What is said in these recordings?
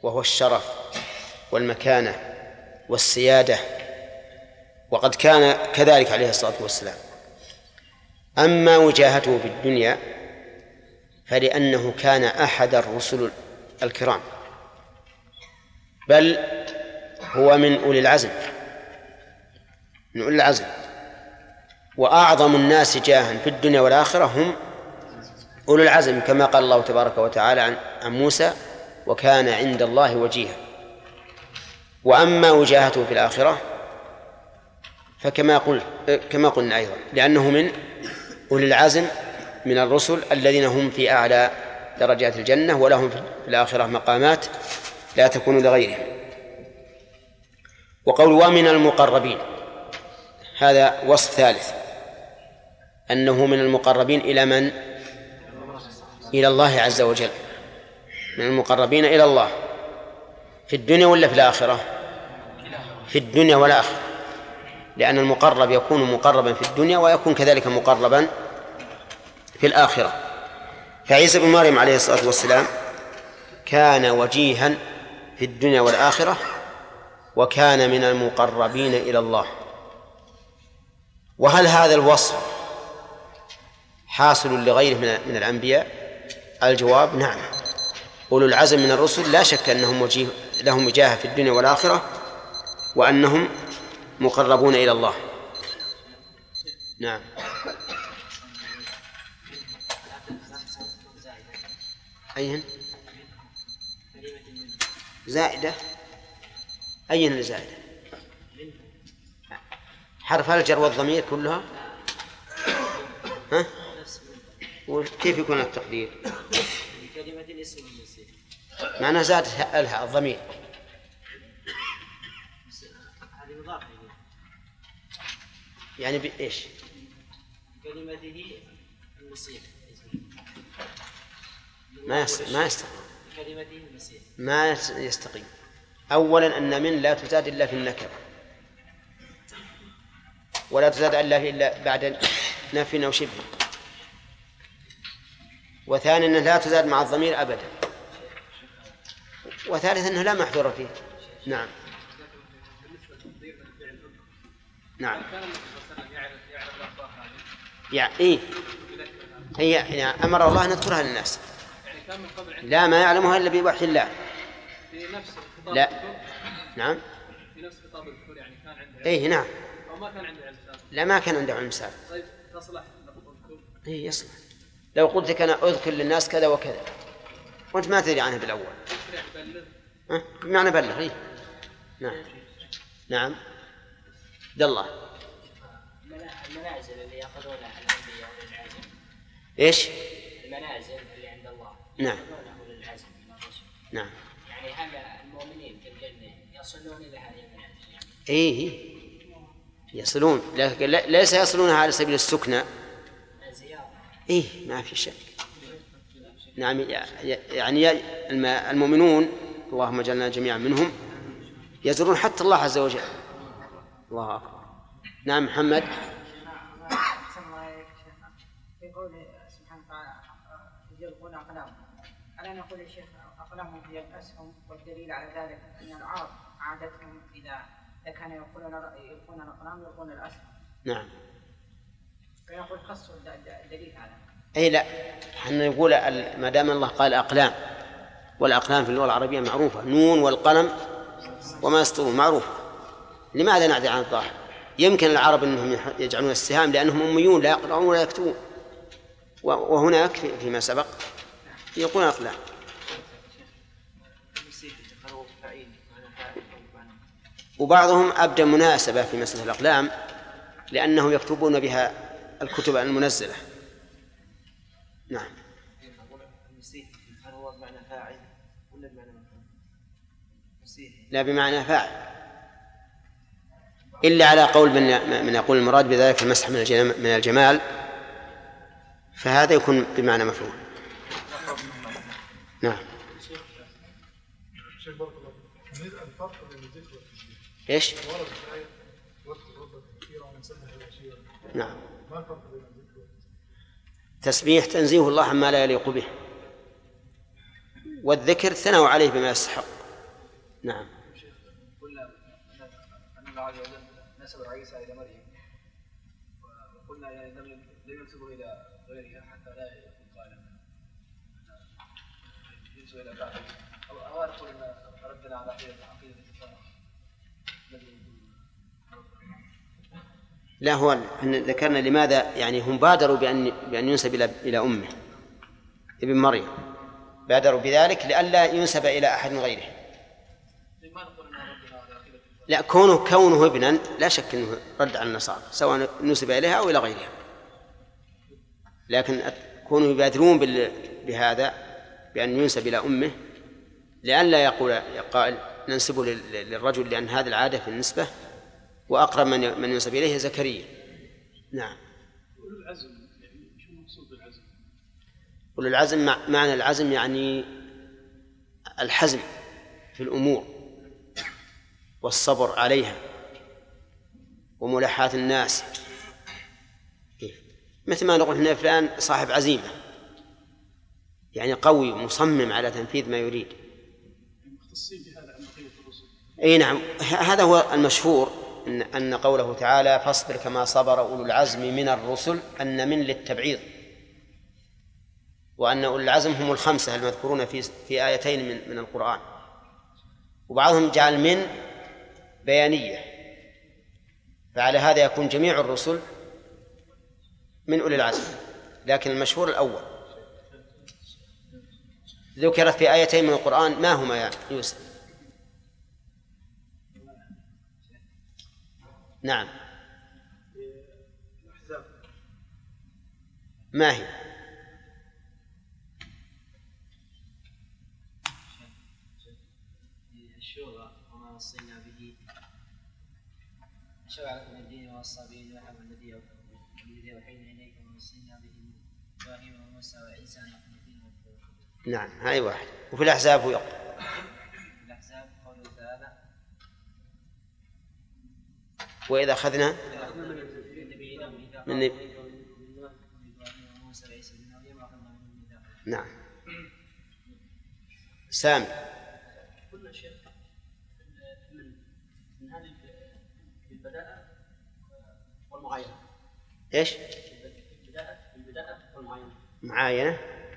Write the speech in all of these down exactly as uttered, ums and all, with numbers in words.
وهو الشرف والمكانة والسيادة، وقد كان كذلك عليه الصلاة والسلام. أما وجاهته في الدنيا فلأنه كان أحد الرسل الكرام، بل هو من أولي العزم من أولي العزم وأعظم الناس جاها في الدنيا والآخرة هم أولي العزم، كما قال الله تبارك وتعالى عن موسى: وكان عند الله وجيها. وأما وجاهته في الآخرة فكما قلت كما قلنا أيضا لأنه من أولي العزم من الرسل الذين هم في أعلى درجات الجنة، ولهم في الآخرة مقامات لا تكون لغيرهم. وقول ومن المقربين هذا وصف ثالث، أنه من المقربين إلى من؟ إلى الله عز وجل، من المقربين إلى الله في الدنيا ولا في الآخرة؟ في الدنيا والآخرة، لأن المقرب يكون مقربا في الدنيا ويكون كذلك مقربا في الآخرة. فعيسى بن مريم عليه الصلاة والسلام كان وجيها في الدنيا والآخرة، وكان من المقربين إلى الله. وهل هذا الوصف حاصل لغيره من الأنبياء؟ الجواب نعم. أولو العزم من الرسل لا شك أنهم وجيه لهم وجاهة في الدنيا والآخرة، وأنهم مقربون إلى الله. نعم. أين زائدة؟ أين الزائدة؟ حرف الجر والضمير كلها؟ ها؟ وكيف يكون التقدير؟ كلمة الاسم المسيح معناه زاد الها الضمير. هذه مضافة يعني بإيش؟ كلمته المسيح ما يستقيم ما يستقيم كلمته المسيح ما يستقيم. أولا أن من لا تزاد إلا في النكرة، ولا تزاد إلا بعد نفي أو شبه. وثانيا أنه لا تزاد مع الضمير أبدا. وثالثا أنه لا محذور فيه. نعم نعم يعني إيه هي يعني أمر الله أن نذكرها للناس، لا ما يعلمها إلا بوحي الله. لا نعم إيه نعم لا ما كان عنده علم سابق. طيب تصلح إيه يصلح لو قلت لك أنا أذكر للناس كذا وكذا وأنت ما تدري عنها بالأول. أه؟ بمعنى بلغ. إيه؟ نعم نعم ده الله. المنازل اللي يأخذونها الأنبياء والعزم إيش؟ المنازل اللي عند الله نعم للعزم من الرسل. نعم يعني هل المؤمنين في الجنة يصلون إلى هذه المنازل؟ إيه يصلون، لكن ليس يصلونها على سبيل السكنى. إيه ما في شك. نعم يعني المؤمنون اللهم اجعلنا جميعا منهم يزورون حتى الله عز وجل. الله أكبر. نعم محمد. في قوله سبحانه وتعالى يلقون أقلامهم، ألا نقول يا شيخ أقلامهم هي الأسهم، والدليل على ذلك أن العرب عادتهم إذا كانوا يلقون يلقون الأقلام يلقون الأسهم. نعم فيقول خصوا الدليل على أي لا، حنا نقول ما دام الله قال أقلام، والأقلام في اللغة العربية معروفة، نون والقلم وما يسطرون معروف. لماذا نعدل عن الظاهر؟ يمكن العرب أنهم يجعلون السهام لأنهم أميون لا يقرؤون ولا يكتبون، وهناك فيما سبق يقولون أقلام. وبعضهم أبدى مناسبة في مسألة الأقلام لأنهم يكتبون بها الكتب المنزلة. نعم. لا بمعنى فاعل، إلا على قول من من يقول المراد بذلك المسح من الجمال، فهذا يكون بمعنى مفعول. نعم. إيش؟ نعم. تسبيح تنزيه الله عما لا يليق به، والذكر ثنوا عليه بما يستحق. نعم. قلنا أن الله عز وجل نسب عيسى إلى مريم، وقلنا يعني لم ينسبه إلى غيرها حتى لا يكون قائلا ينسب إلى بعض، أو نقول أن ردنا على عقيدة الكفار. لا، هو ذكرنا لماذا يعني هم بادروا بأن بأن ينسب إلى إلى أمه ابن مريم، بادروا بذلك لئلا ينسب إلى أحد غيره. لا، كونه كونه ابنا لا شك أنه رد على النصارى سواء نسب إليها أو إلى غيرها، لكن كونوا يبادرون بهذا بأن ينسب إلى أمه لئلا يقول قائل ننسبه للرجل، لأن هذه العادة في النسبة، وأقرب من من ينسب إليه زكريا. نعم. أولو العزم يعني شو المقصود بالعزم؟ أولو العزم معنى العزم يعني الحزم في الأمور والصبر عليها وملاحاة الناس، مثل ما نقول هنا فلان صاحب عزيمة، يعني قوي مصمم على تنفيذ ما يريد. مختصين بهذا عن بقية الرسل. أي نعم، هذا هو المشهور أن أن قوله تعالى فاصبر كما صبر أولو العزم من الرسل، أن من للتبعيض، وأن أولو العزم هم الخمسة المذكورون في في آيتين من من القرآن، وبعضهم جعل من بيانية، فعلى هذا يكون جميع الرسل من أولي العزم، لكن المشهور الأول. ذكرت في آيتين من القرآن، ما هما يا يوسف؟ نعم. ما هي؟ الشورى وما وصينا به شرع لكم الدين ووصى به نوح والذي والذي أوحينا إليك ووصينا به إبراهيم وموسى وعيسى أن أقيموا الدين والحكمة. نعم، هاي واحد. وفي الأحزاب هو يقول في الأحزاب قوله تعالى وإذا أخذنا من نعم. سامي. قلنا شيخ من من هذه البداءة والمعاينة. إيش؟ البداءة البداءة والمعاينة. معاينة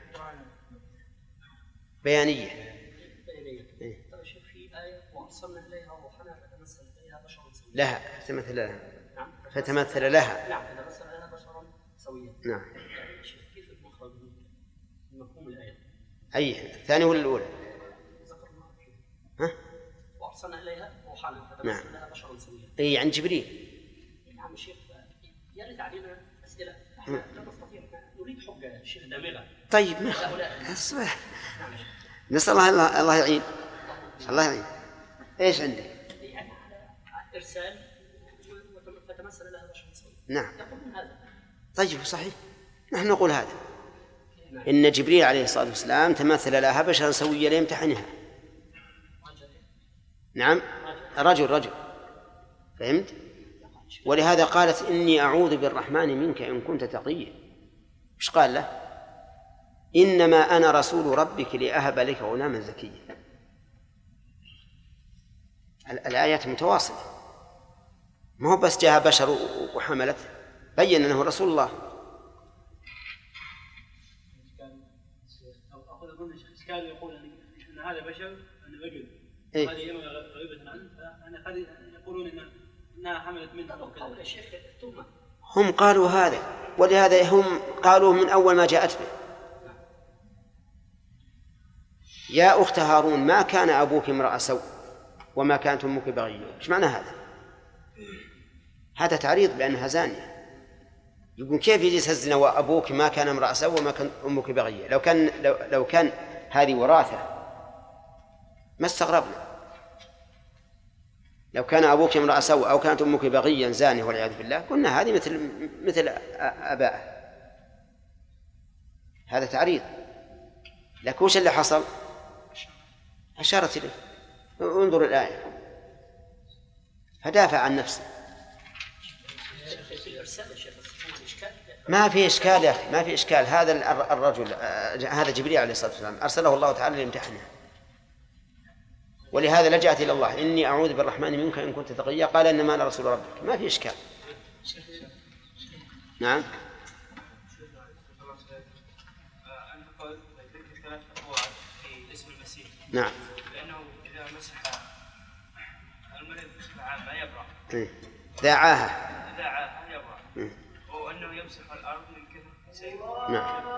بيانية. بيانية. إيه؟ طيب شوف في آية وأرسلنا إليها روحنا فتمثل إليها بشرا سويا. لها فتمثل لها. نعم. فتمثل لها. نعم فتمثل لها بشرا سويا. نعم. يعني شوف كيف المخرج من مفهوم الآية. أي الثاني ولا الأولى؟ ها؟ وأرسلنا إليها روحنا فتمثل نعم. لها بشرا سويا. أي عن جبريل. نعم شيخ، يا ريت علينا أسئلة. نحن لا نستطيع، نريد حجة شيخ دامغة. طيب ما أصبح. نسأل الله الله يعين. الله يعين. إيش عندك؟ يعني على إرسال فتمثل لها بشرا سويا. نعم. يقولون هذا. طيب صحيح، نحن نقول هذا. إن جبريل عليه الصلاة والسلام تمثل لها بشرا سويا ليمتحنها. نعم، رجل رجل، فهمت؟ ولهذا قالت إني أعوذ بالرحمن منك إن كنت تقيا. إيش قال له؟ إنما أنا رسول ربك لأهب لك غلاما زكيا. الآيات متواصلة، ما هو بس جاء بشر وحملت، بين أنه رسول الله. كان يقول أن هذا بشر أن رجل إيه؟ هذه يوم غيبة عنه، أنا قد يقولون إن إنها حملت منه قول الشيخ ثم هم قالوا هذا، ولهذا هم قالوا من أول ما جاءت به. يا أخت هارون ما كان أبوك امرأ سوء وما كانت أمك بغيا. إيش معنى هذا؟ هذا تعريض بأنها زانية. يقول كيف يجي الزنا وأبوك ما كان امرأ سوء وما كانت أمك بغيا؟ لو كان لو, لو كان هذه وراثة ما استغربنا. لو كان أبوك امرأ سوء أو كانت أمك بغيا زانية والعياذ بالله قلنا هذه مثل مثل آبائه. هذا تعريض. لكن وش اللي حصل؟ أشارت إليه. انظر الآية، فدافع عن نفسه. ما في إشكال يا أخي، ما في إشكال. هذا الرجل هذا جبريل عليه الصلاة والسلام أرسله الله تعالى ليمتحنه، ولهذا لجأت إلى الله: إني أعوذ بالرحمن منك إن كنت تقيا. قال: إنما أنا رسول ربك. ما في إشكال. نعم. أنت قلت ذكرت ثلاث أقوال في اسم المسيح. نعم. لأنه إذا مسح المريض بصفة عامة يبرأ. إذا عاهة. إذا عاهة يبرأ. وأنه يمسح الأرض من كثرة سيره. نعم.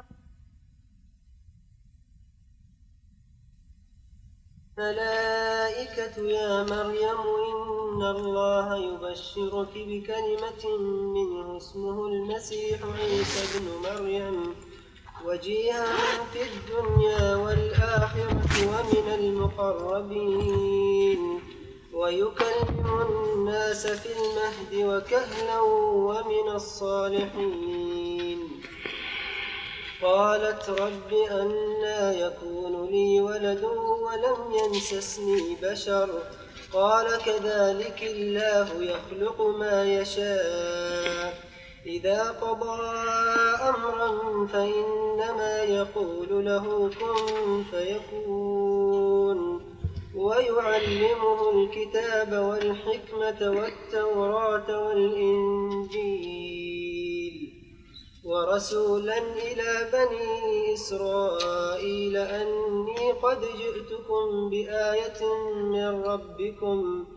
الملائكة يا مريم إن الله يبشرك بكلمة منه اسمه المسيح عيسى ابن مريم وجيها في الدنيا والآخرة ومن المقربين ويكلم الناس في المهد وكهلا ومن الصالحين. قالت: رب أنى يكون لي ولد ولم يمسسني بشر قال: كذلك الله يخلق ما يشاء إذا قضى أمرا فإنما يقول له كن فيكون. ويعلمه الكتاب والحكمة والتوراة والإنجيل ورسولا إلى بني إسرائيل أني قد جئتكم بآية من ربكم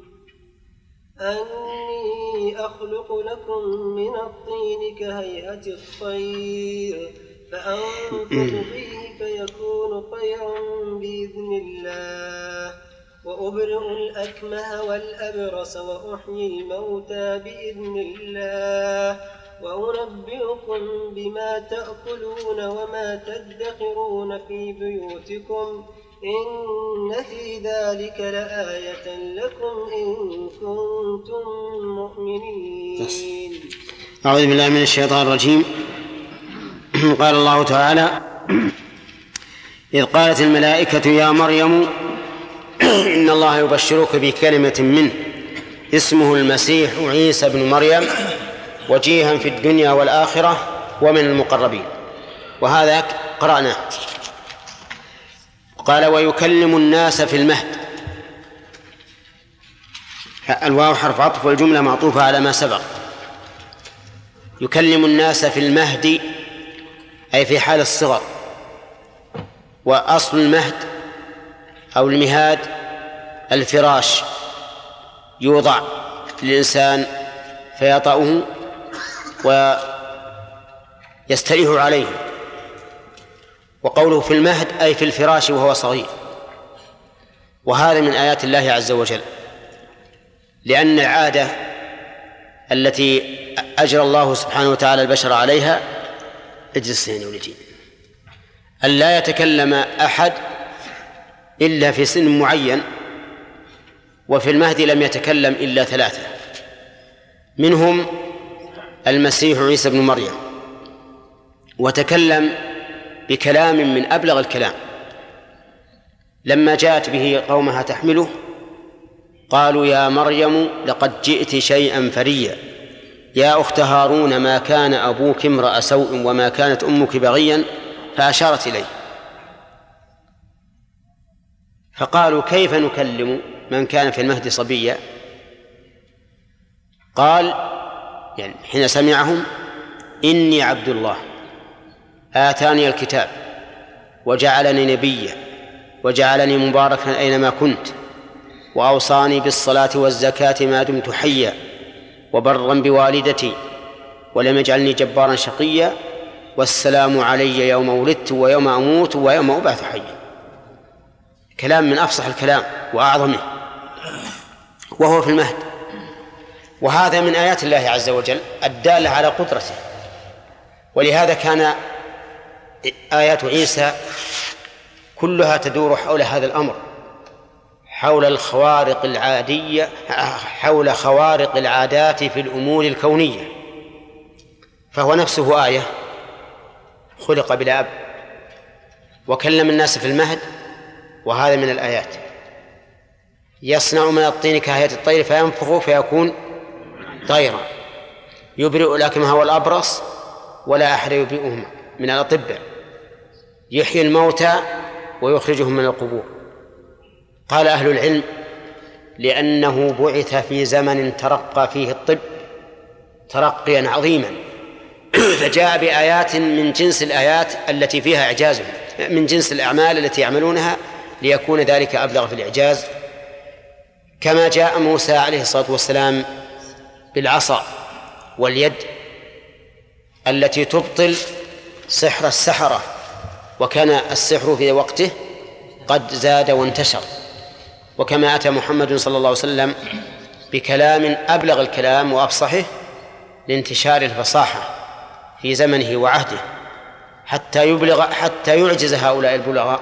أني أخلق لكم من الطين كهيئة الطير فأنفخ فيه فيكون طيرا بإذن الله وأبرئ الأكمه والأبرص وأحيي الموتى بإذن الله وأنبئكم بما تأكلون وما تدخرون في بيوتكم إن في ذلك لآية لكم إن كنتم مؤمنين. أعوذ بالله من الشيطان الرجيم. قال الله تعالى: إذ قالت الملائكة يا مريم إن الله يبشرك بكلمة منه اسمه المسيح عيسى بن مريم وجيها في الدنيا والآخرة ومن المقربين. وهذا قرأناه. قال: ويكلم الناس في المهد. الواو حرف عطف والجملة معطوفة على ما سبق. يكلم الناس في المهد أي في حال الصغر. وأصل المهد أو المهاد الفراش يوضع للإنسان فيطأه ويستريح عليه. وقوله في المهد أي في الفراش وهو صغير. وهذا من آيات الله عز وجل، لأن العادة التي أجرى الله سبحانه وتعالى البشر عليها اجلس هنا ولجي أن لا يتكلم أحد إلا في سن معين. وفي المهد لم يتكلم إلا ثلاثة، منهم المسيح عيسى بن مريم، وتكلم بكلام من أبلغ الكلام. لما جاءت به قومها تحمله قالوا يا مريم لقد جئت شيئا فريا يا أخت هارون ما كان أبوك امرأ سوء وما كانت أمك بغيا، فأشارت إليه. فقالوا كيف نكلم من كان في المهد صبيا؟ قال يعني حين سمعهم إني عبد الله آتاني الكتاب وجعلني نبيا وجعلني مباركا أينما كنت وأوصاني بالصلاة والزكاة ما دمت حيا وبرا بوالدتي ولم يجعلني جبارا شقيا والسلام علي يوم ولدت ويوم أموت ويوم أبعث حيا. كلام من أفصح الكلام وأعظمه وهو في المهد. وهذا من آيات الله عز وجل الدالة على قدرته. ولهذا كان آيات عيسى كلها تدور حول هذا الأمر، حول الخوارق العادية، حول خوارق العادات في الأمور الكونية. فهو نفسه آية، خلق بلا أب وكلم الناس في المهد، وهذا من الآيات. يصنع من الطين كهيئة الطير فينفخ فيكون طيرا، يبرئ الأكمه والأبرص ولا أحد يبرئهم من الأطباء، يحيي الموتى ويخرجهم من القبور. قال أهل العلم لأنه بعث في زمن ترقى فيه الطب ترقيا عظيما، فجاء بآيات من جنس الآيات التي فيها إعجاز، من جنس الأعمال التي يعملونها، ليكون ذلك أبلغ في الإعجاز، كما جاء موسى عليه الصلاة والسلام بالعصا واليد التي تبطل سحر السحرة، وكان السحر في وقته قد زاد وانتشر، وكما أتى محمد صلى الله عليه وسلم بكلام أبلغ الكلام وأفصحه لانتشار الفصاحة في زمنه وعهده، حتى يبلغ حتى يعجز هؤلاء البلغاء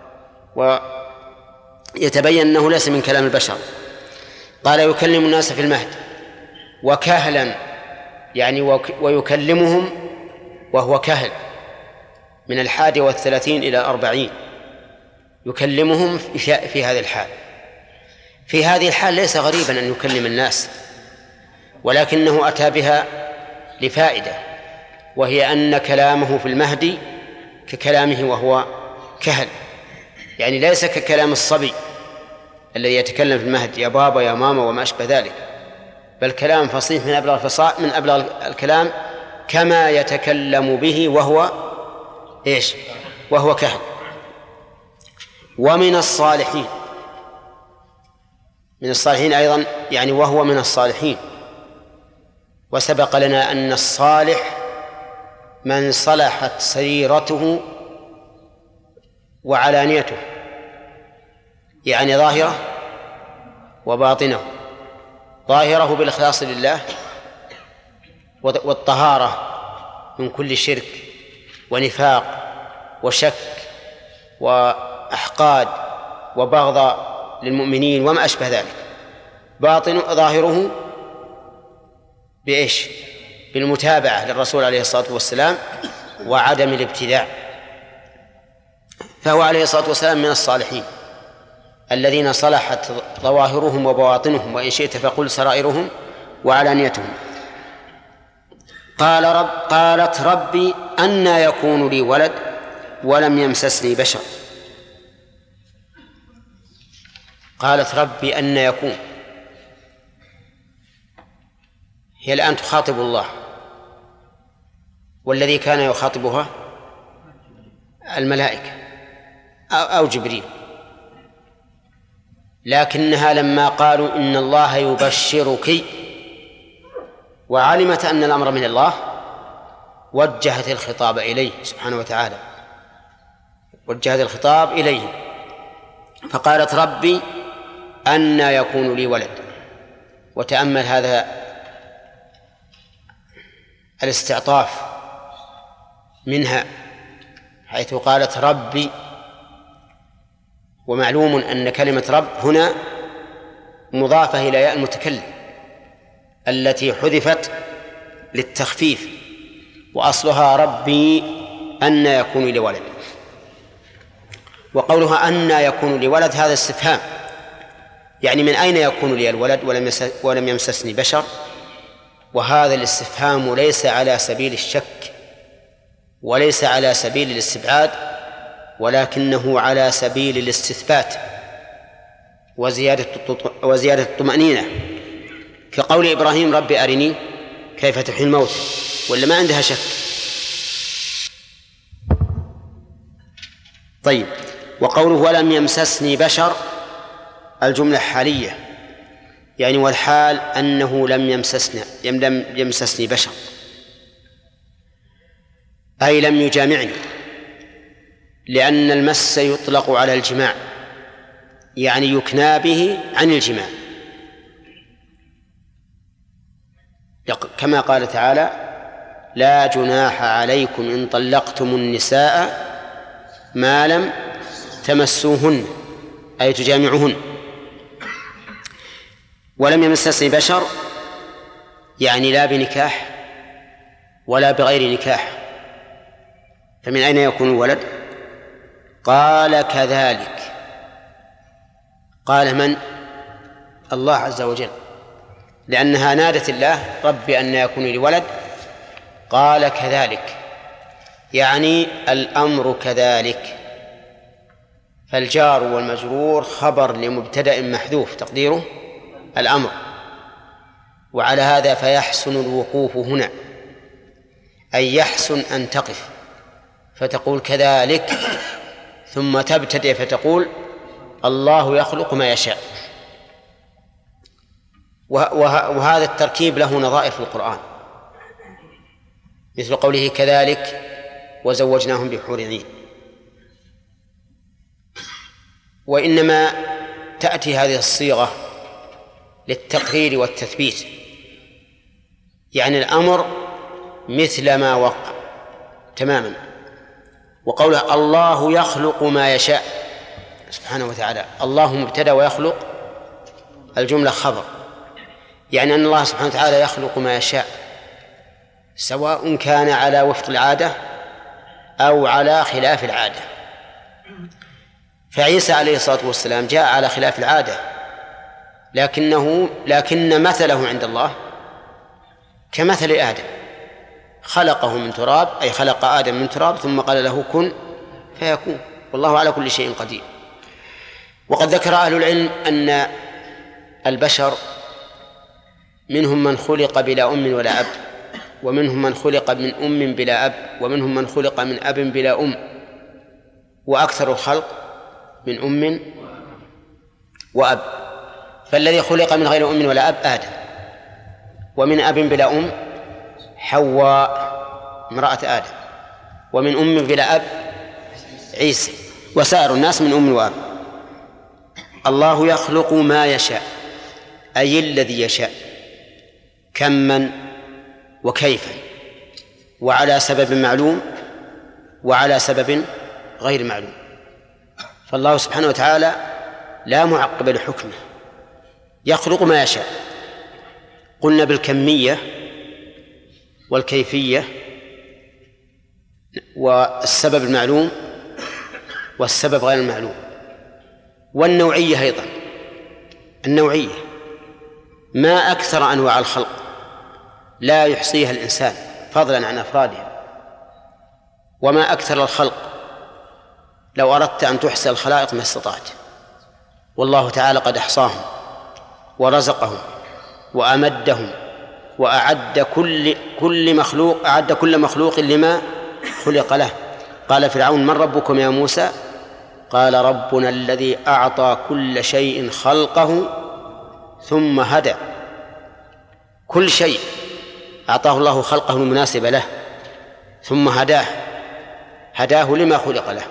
ويتبين أنه ليس من كلام البشر. قال يكلم الناس في المهد وكهلا، يعني ويكلمهم وهو كهل، من الحادي والثلاثين إلى أربعين، يكلمهم في هذه الحال. في هذه الحال ليس غريبا أن يكلم الناس، ولكنه أتى بها لفائدة، وهي أن كلامه في المهد ككلامه وهو كهل، يعني ليس ككلام الصبي الذي يتكلم في المهد يا بابا يا ماما وما أشبه ذلك، بل كلام فصيح من أبلغ الفصاح من أبلغ الكلام، كما يتكلم به وهو إيش؟ وهو كهل. ومن الصالحين، من الصالحين أيضا يعني وهو من الصالحين. وسبق لنا أن الصالح من صلحت سريرته وعلانيته، يعني ظاهره وباطنه، ظاهره بالإخلاص لله والطهارة من كل شرك ونفاق وشك وأحقاد وبغض للمؤمنين وما أشبه ذلك، باطن ظاهره بإيش؟ بالمتابعة للرسول عليه الصلاة والسلام وعدم الابتداع. فهو عليه الصلاة والسلام من الصالحين الذين صلحت ظواهرهم وبواطنهم، وإن شئت فقل سرائرهم وعلانيتهم. قال رب قالت ربي أنى يكون لي ولد ولم يمسسني بشر. قالت ربي أنى يكون، هي الآن تخاطب الله، والذي كان يخاطبها الملائكة أو جبريل، لكنها لما قالوا إن الله يبشرك وعلمت أن الأمر من الله وجهت الخطاب إليه سبحانه وتعالى، وجهت الخطاب إليه، فقالت ربي أنى يكون لي ولد. وتأمل هذا الاستعطاف منها حيث قالت ربي، ومعلوم أن كلمة رب هنا مضافة إلى ياء المتكلم التي حذفت للتخفيف، وأصلها ربي أنى يكون لي ولد. وقولها أنى يكون لي ولد هذا استفهام، يعني من أين يكون لي الولد ولم يمسسني بشر؟ وهذا الاستفهام ليس على سبيل الشك وليس على سبيل الاستبعاد، ولكنه على سبيل الاستثبات وزيادة وزيادة الطمأنينة، كقول إبراهيم ربي أرني كيف تحيي الموت، ولا ما عندها شك. طيب، وقوله ولم يمسسني بشر الجملة حالية، يعني والحال أنه لم يمسسني لم يمسسني بشر، أي لم يجامعني، لأن المس يطلق على الجماع، يعني يكنى به عن الجماع، كما قال تعالى لا جناح عليكم إن طلقتم النساء ما لم تمسوهن، أي تجامعهن. ولم يمسسني بشر يعني لا بنكاح ولا بغير نكاح، فمن أين يكون الولد؟ قال كذلك. قال من؟ الله عز وجل، لأنها نادت الله ربي أن يكون لي ولد، قال كذلك يعني الأمر كذلك، فالجار والمجرور خبر لمبتدأ محذوف تقديره الأمر، وعلى هذا فيحسن الوقوف هنا، أي يحسن أن تقف فتقول كذلك، ثم تبتدئ فتقول الله يخلق ما يشاء. وهذا التركيب له نظائر في القرآن، مثل قوله كذلك وزوجناهم بحور عين. وإنما تأتي هذه الصيغة للتقرير والتثبيت، يعني الأمر مثل ما وقع تماما. وقوله الله يخلق ما يشاء سبحانه وتعالى، الله مبتدأ ويخلق الجملة خبر، يعني أن الله سبحانه وتعالى يخلق ما يشاء، سواء كان على وفق العادة أو على خلاف العادة. فعيسى عليه الصلاة والسلام جاء على خلاف العادة، لكنه لكن مثله عند الله كمثل آدم، خلقه من تراب، أي خلق آدم من تراب ثم قال له كن فيكون، والله على كل شيء قدير. وقد ذكر أهل العلم أن البشر منهم من خلق بلا أم ولا أب، ومنهم من خلق من أم بلا أب، ومنهم من خلق من أب بلا أم، وأكثر الخلق من أم وأب. فالذي خلق من غير أم ولا أب آدم، ومن أب بلا أم حواء امرأة آدم، ومن أم بلا أب عيسى، وسائر الناس من أم وأب. الله يخلق ما يشاء، أي الذي يشاء، كمن وكيفا، وعلى سبب معلوم وعلى سبب غير معلوم. فالله سبحانه وتعالى لا معقب لحكمه، يخلق ما يشاء. قلنا بالكمية والكيفية والسبب المعلوم والسبب غير المعلوم، والنوعية أيضا. النوعية ما أكثر أنواع الخلق لا يحصيها الإنسان فضلا عن أفرادها، وما أكثر الخلق لو أردت أن تحصي الخلائق ما استطعت، والله تعالى قد أحصاهم ورزقهم وأمدهم وأعد كل كل مخلوق أعد كل مخلوق لما خلق له. قال فرعون من ربكم يا موسى؟ قال ربنا الذي أعطى كل شيء خلقه ثم هدى. كل شيء أعطاه الله خلقه المناسب له ثم هداه هداه لما خلق له.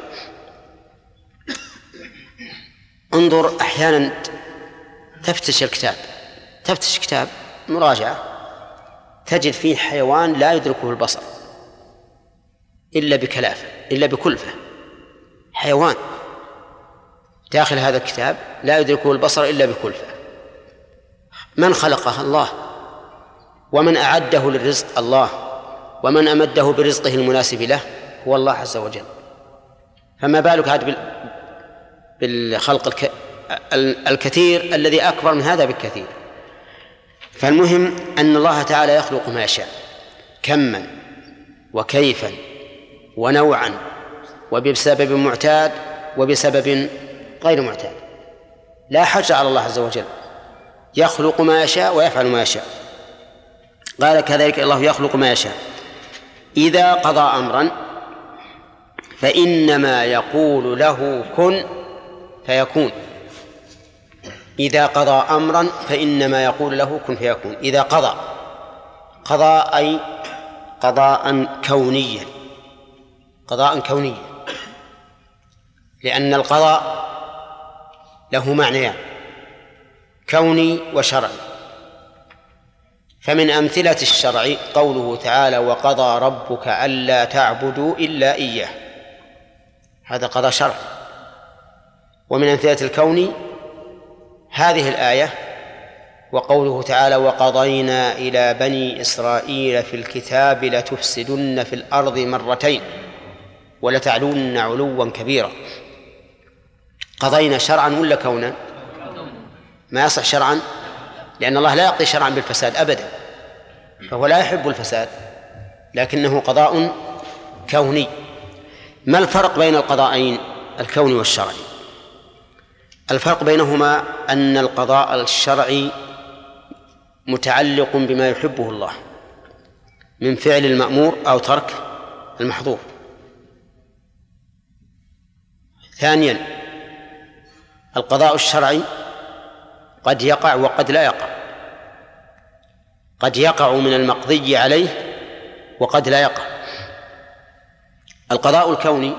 انظر أحيانا تفتش الكتاب تفتش كتاب مراجعة تجد فيه حيوان لا يدركه البصر إلا بكلافة إلا بكلفة. حيوان داخل هذا الكتاب لا يدركه البصر إلا بكلفة. من خلقه؟ الله. ومن أعده للرزق؟ الله. ومن أمده برزقه المناسب له هو الله عز وجل. فما بالك هذا بالخلق الكثير الذي أكبر من هذا بالكثير. فالمهم أن الله تعالى يخلق ما يشاء كما وكيفا ونوعا وبسبب معتاد وبسبب غير معتاد. لا حرج على الله عز وجل، يخلق ما يشاء ويفعل ما يشاء. قال كذلك الله يخلق ما يشاء إذا قضى أمرا فإنما يقول له كن فيكون. إذا قضى أمرا فإنما يقول له كن فيكون. إذا قضى قضى أي قضاء كونيا قضاء كونيا لأن القضاء له معنيان كوني وشرعي. فمن أمثلة الشرع قوله تعالى وقضى ربك ألا تعبدوا إلا إياه، هذا قضاء شرعي. ومن أمثلة الكوني هذه الآية وقوله تعالى وقضينا إلى بني إسرائيل في الكتاب لتفسدن في الأرض مرتين ولتعلن علوا كبيرا. قضينا شرعا ولا كونا؟ ما يصح شرعا لأن الله لا يقضي شرعا بالفساد أبدا، فهو لا يحب الفساد، لكنه قضاء كوني. ما الفرق بين القضاءين الكوني والشرعي؟ الفرق بينهما أن القضاء الشرعي متعلق بما يحبه الله من فعل المأمور أو ترك المحظور. ثانيا القضاء الشرعي قد يقع وقد لا يقع، قد يقع من المقضي عليه وقد لا يقع. القضاء الكوني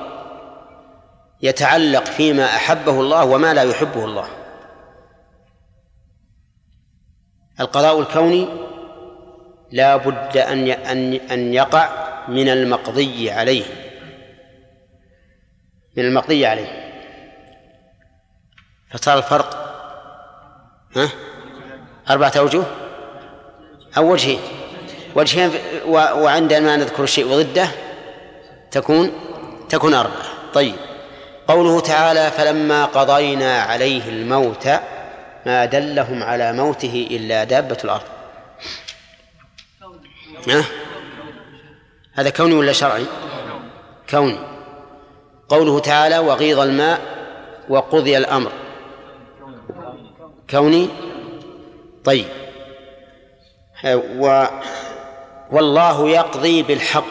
يتعلق فيما أحبه الله وما لا يحبه الله. القضاء الكوني لا بد أن أن يقع من المقضي عليه من المقضي عليه فصار الفرق ها أربعة أوجه أو وجهين وجهين وعندما نذكر الشيء وضده تكون تكون أربعة. طيب، قوله تعالى فلما قضينا عليه الموت ما دلهم على موته إلا دابة الأرض. ها؟ هذا كوني ولا شرعي؟ كوني. قوله تعالى وغيض الماء وقضي الأمر كوني. طيب، و والله يقضي بالحق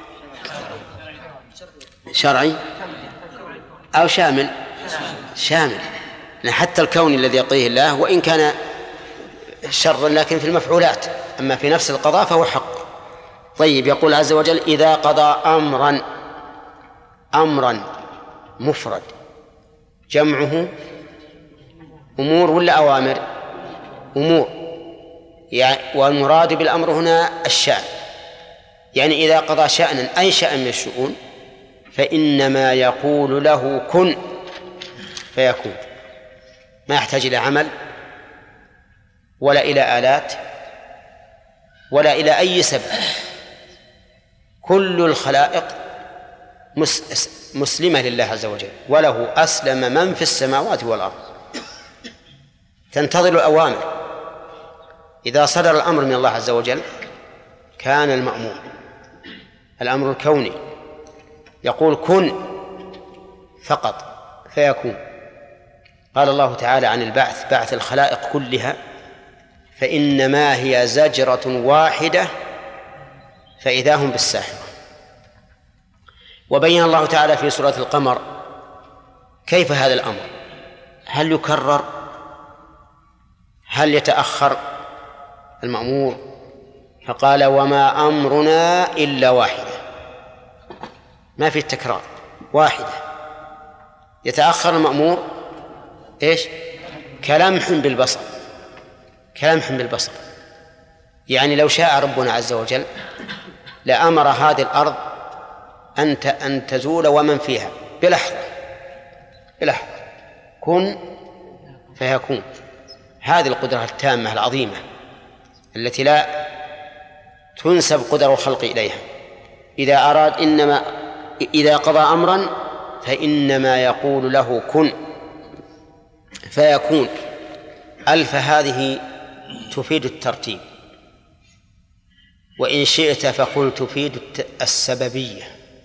شرعي أو شامل؟ شامل، حتى الكون الذي يقضيه الله وإن كان شرا لكن في المفعولات، أما في نفس القضاء فهو حق. طيب، يقول عز وجل إذا قضى أمرا، أمرا مفرد جمعه أمور ولا أوامر؟ أمور، يعني والمراد بالأمر هنا الشأن، يعني إذا قضى شأنا أي شأن من الشؤون فإنما يقول له كن فيكون، ما يحتاج إلى عمل ولا إلى آلات ولا إلى أي سبب. كل الخلائق مسلمة لله عز وجل، وله أسلم من في السماوات والأرض، تنتظر الأوامر. إذا صدر الأمر من الله عز وجل كان المأمور الأمر الكوني يقول كن فقط فيكون. قال الله تعالى عن البعث بعث الخلائق كلها فإنما هي زجرة واحدة فإذا هم بالساحرة. وبين الله تعالى في سورة القمر كيف هذا الأمر، هل يكرر، هل يتأخر المأمور؟ فقال وما أمرنا إلا واحدة، ما في التكرار، واحدة. يتأخر المأمور إيش؟ كلمح بالبصر، كلمح بالبصر. يعني لو شاء ربنا عز وجل لأمر هذه الأرض أن أن تزول ومن فيها بلحظة، بلحظة كن فيكون. هذه القدرة التامة العظيمة التي لا تنسب قدر الخلق إليها. إذا أراد إنما إذا قضى أمرا فإنما يقول له كن فيكون. ألف هذه تفيد الترتيب، وإن شئت فقل تفيد السببية،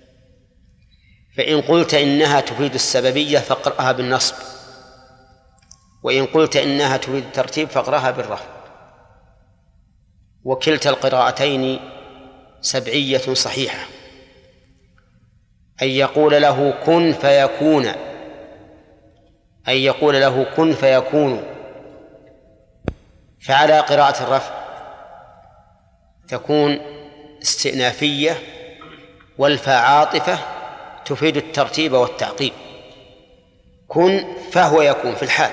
فإن قلت إنها تفيد السببية فاقرأها بالنصب، وإن قلت إنها تفيد الترتيب فاقرأها بالرفع. وكلتا القراءتين سبعية صحيحة، أن يقول له كن فيكون، أن يقول له كن فيكون. فعلى قراءة الرفع تكون استئنافية، والفاء عاطفة تفيد الترتيب والتعقيب. كن فهو يكون في الحال.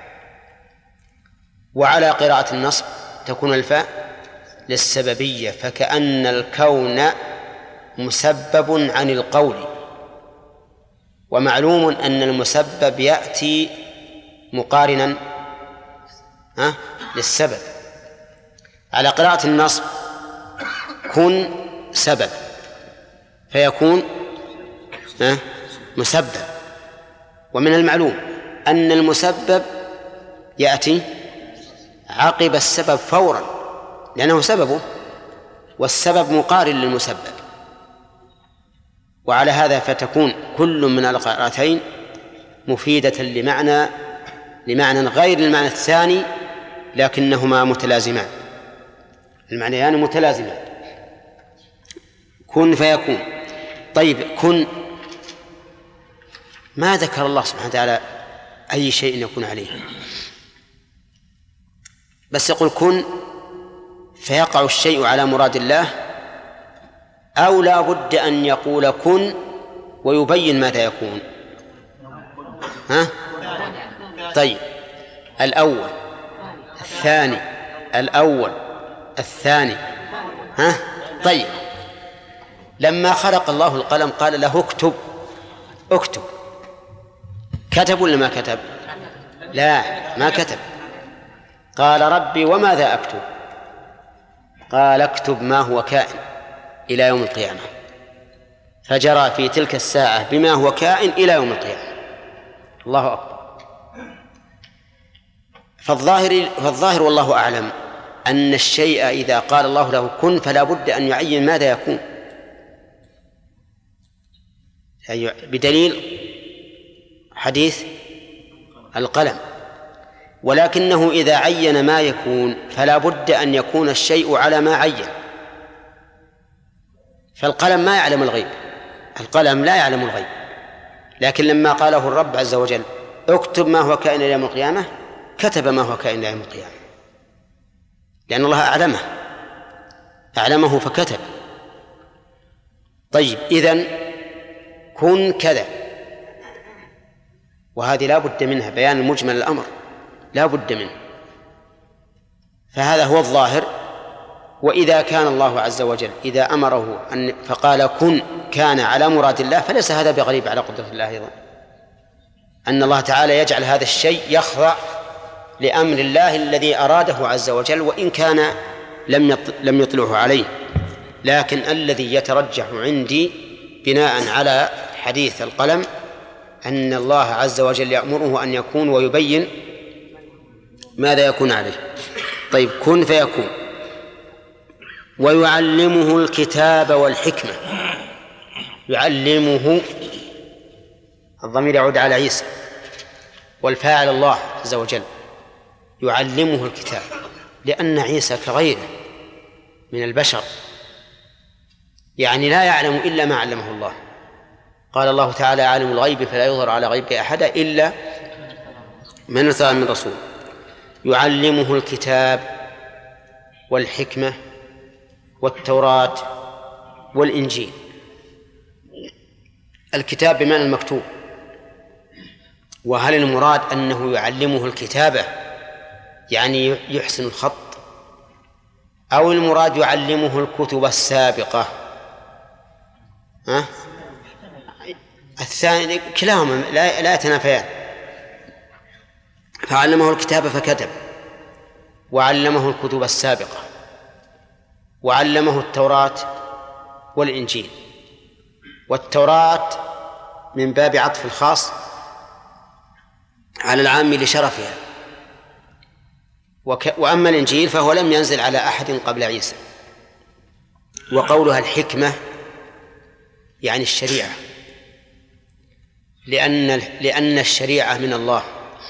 وعلى قراءة النصب تكون الفاء للسببية، فكأن الكون مسبب عن القول، ومعلوم أن المسبب يأتي مقارنا ها للسبب. على قراءة النصب كن سبب فيكون ها مسبب، ومن المعلوم أن المسبب يأتي عقب السبب فورا لأنه سببه، والسبب مقارن للمسبب. وعلى هذا فتكون كل من القراءتين مفيدة لمعنى لمعنى غير المعنى الثاني لكنهما متلازمان، المعنيان متلازمان. كن فيكون. طيب كن ما ذكر الله سبحانه وتعالى أي شيء يكون عليه، بس يقول كن فيقع الشيء على مراد الله، أو لا بد أن يقول كن ويبين ماذا يكون. ها؟ طيب الأول الثاني الأول الثاني ها؟ طيب لما خلق الله القلم قال له اكتب، اكتب، كتب ولا ما كتب؟ لا ما كتب. قال ربي وماذا أكتب؟ قال اكتب ما هو كائن إلى يوم القيامة، فجرى في تلك الساعة بما هو كائن إلى يوم القيامة. الله أكبر. فالظاهر, فالظاهر والله أعلم أن الشيء إذا قال الله له كن فلا بد أن يعين ماذا يكون، بدليل حديث القلم. ولكنه إذا عين ما يكون فلا بد أن يكون الشيء على ما عين. فالقلم ما يعلم الغيب، القلم لا يعلم الغيب، لكن لما قاله الرب عز وجل اكتب ما هو كائن إلى يوم القيامة كتب ما هو كائن إلى يوم القيامة، لأن الله أعلمه أعلمه فكتب. طيب إذن كن كذا، وهذه لا بد منها، بيان المجمل الأمر لا بد منه، فهذا هو الظاهر. وإذا كان الله عز وجل إذا أمره أن فقال كن كان على مراد الله، فليس هذا بغريب على قدرة الله أيضا، أن الله تعالى يجعل هذا الشيء يخضع لأمر الله الذي أراده عز وجل، وإن كان لم لم يطلعه عليه. لكن الذي يترجح عندي بناء على حديث القلم أن الله عز وجل يأمره أن يكون ويبين ماذا يكون عليه. طيب كن فيكون. ويعلمه الكتاب والحكمة. يعلمه الضمير يعود على عيسى والفاعل الله عز وجل. يعلمه الكتاب لأن عيسى كغيره من البشر، يعني لا يعلم إلا ما علمه الله. قال الله تعالى عالم الغيب فلا يظهر على غيبه أحدا إلا من ارتضى من رسول. يعلمه الكتاب والحكمة والتوراة والإنجيل. الكتاب بمعنى المكتوب، وهل المراد أنه يعلمه الكتابة يعني يحسن الخط، أو المراد يعلمه الكتب السابقة؟ ها؟ الثاني كلاهما لا, لا يتنافيان. فعلمه الكتاب فكتب، وعلمه الكتب السابقة، وعلمه التوراة والإنجيل. والتوراة من باب عطف الخاص على العام لشرفها، وك... وأما الإنجيل فهو لم ينزل على أحد قبل عيسى. وقولها الحكمة يعني الشريعة، لأن لأن الشريعة من الله،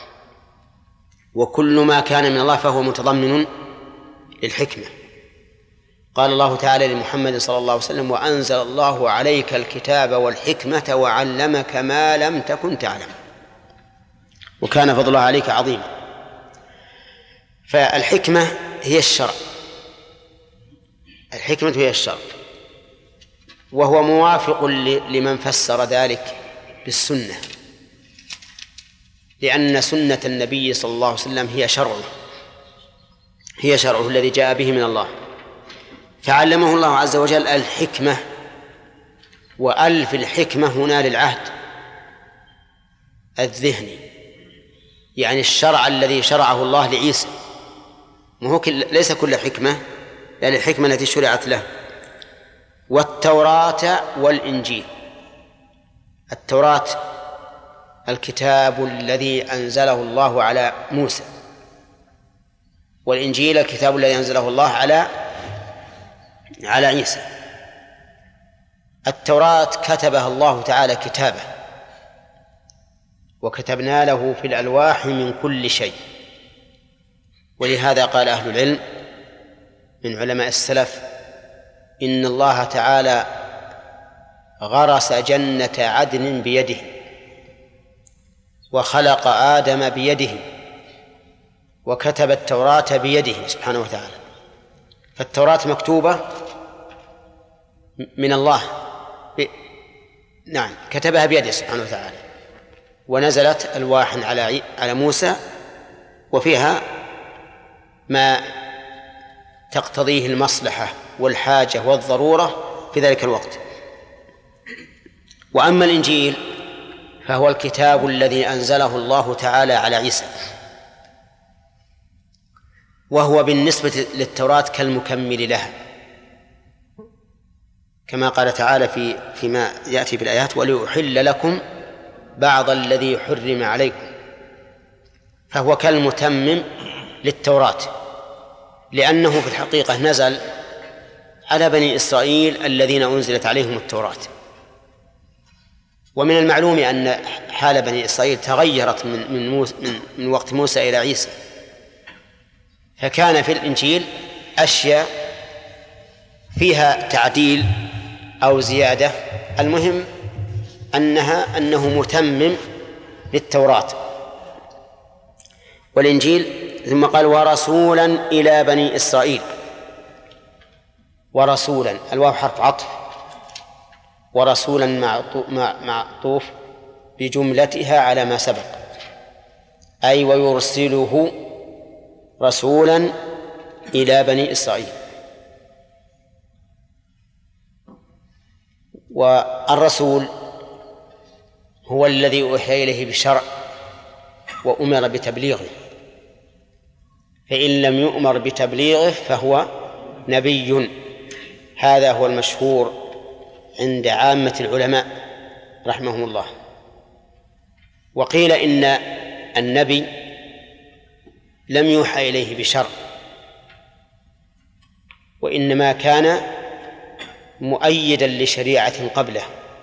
وكل ما كان من الله فهو متضمن للحكمة. قال الله تعالى لمحمد صلى الله عليه وسلم وأنزل الله عليك الكتاب والحكمة وعلمك ما لم تكن تعلم وكان فضل الله عليك عظيما. فالحكمة هي الشرع، الحكمة هي الشرع، وهو موافق لمن فسر ذلك بالسنة، لأن سنة النبي صلى الله عليه وسلم هي شرعه، هي شرعه الذي جاء به من الله. فعلمه الله عز وجل الحكمة، وألف الحكمة هنا للعهد الذهني، يعني الشرع الذي شرعه الله لعيسى، وهو ليس كل حكمة، لأن الحكمة التي شرعت له. والتوراة والإنجيل. التوراة الكتاب الذي أنزله الله على موسى، والإنجيل الكتاب الذي أنزله الله على على عيسى. التوراة كتبها الله تعالى كتابة، وكتبنا له في الألواح من كل شيء. ولهذا قال أهل العلم من علماء السلف إن الله تعالى غرس جنة عدن بيده وخلق آدم بيده وكتب التوراة بيده سبحانه وتعالى. فالتوراة مكتوبة من الله ب... نعم كتبها بيده سبحانه وتعالى، ونزلت ألواح على على موسى وفيها ما تقتضيه المصلحة والحاجة والضرورة في ذلك الوقت. وأما الإنجيل فهو الكتاب الذي أنزله الله تعالى على عيسى، وهو بالنسبة للتوراة كالمكمل لها، كما قال تعالى في فيما يأتي في الآيات وليحل لكم بعض الذي حرم عليكم، فهو كالمتمم للتوراة، لأنه في الحقيقة نزل على بني إسرائيل الذين أنزلت عليهم التوراة. ومن المعلوم أن حال بني إسرائيل تغيرت من من, موسى من, من وقت موسى إلى عيسى، فكان في الإنجيل أشياء فيها تعديل أو زيادة، المهم أنها أنه متمم للتوراة. والإنجيل ثم قال ورسولا إلى بني إسرائيل، ورسولا الواو حرف عطف، ورسولا معطوف بجملتها على ما سبق، أي ويرسله رسولا إلى بني إسرائيل. والرسول هو الذي أوحي إليه بشرع وأمر بتبليغه، فإن لم يؤمر بتبليغه فهو نبي. هذا هو المشهور عند عامة العلماء رحمهم الله. وقيل إن النبي لم يوحى إليه بشرع، وإنما كان مؤيدا لشريعة قبله،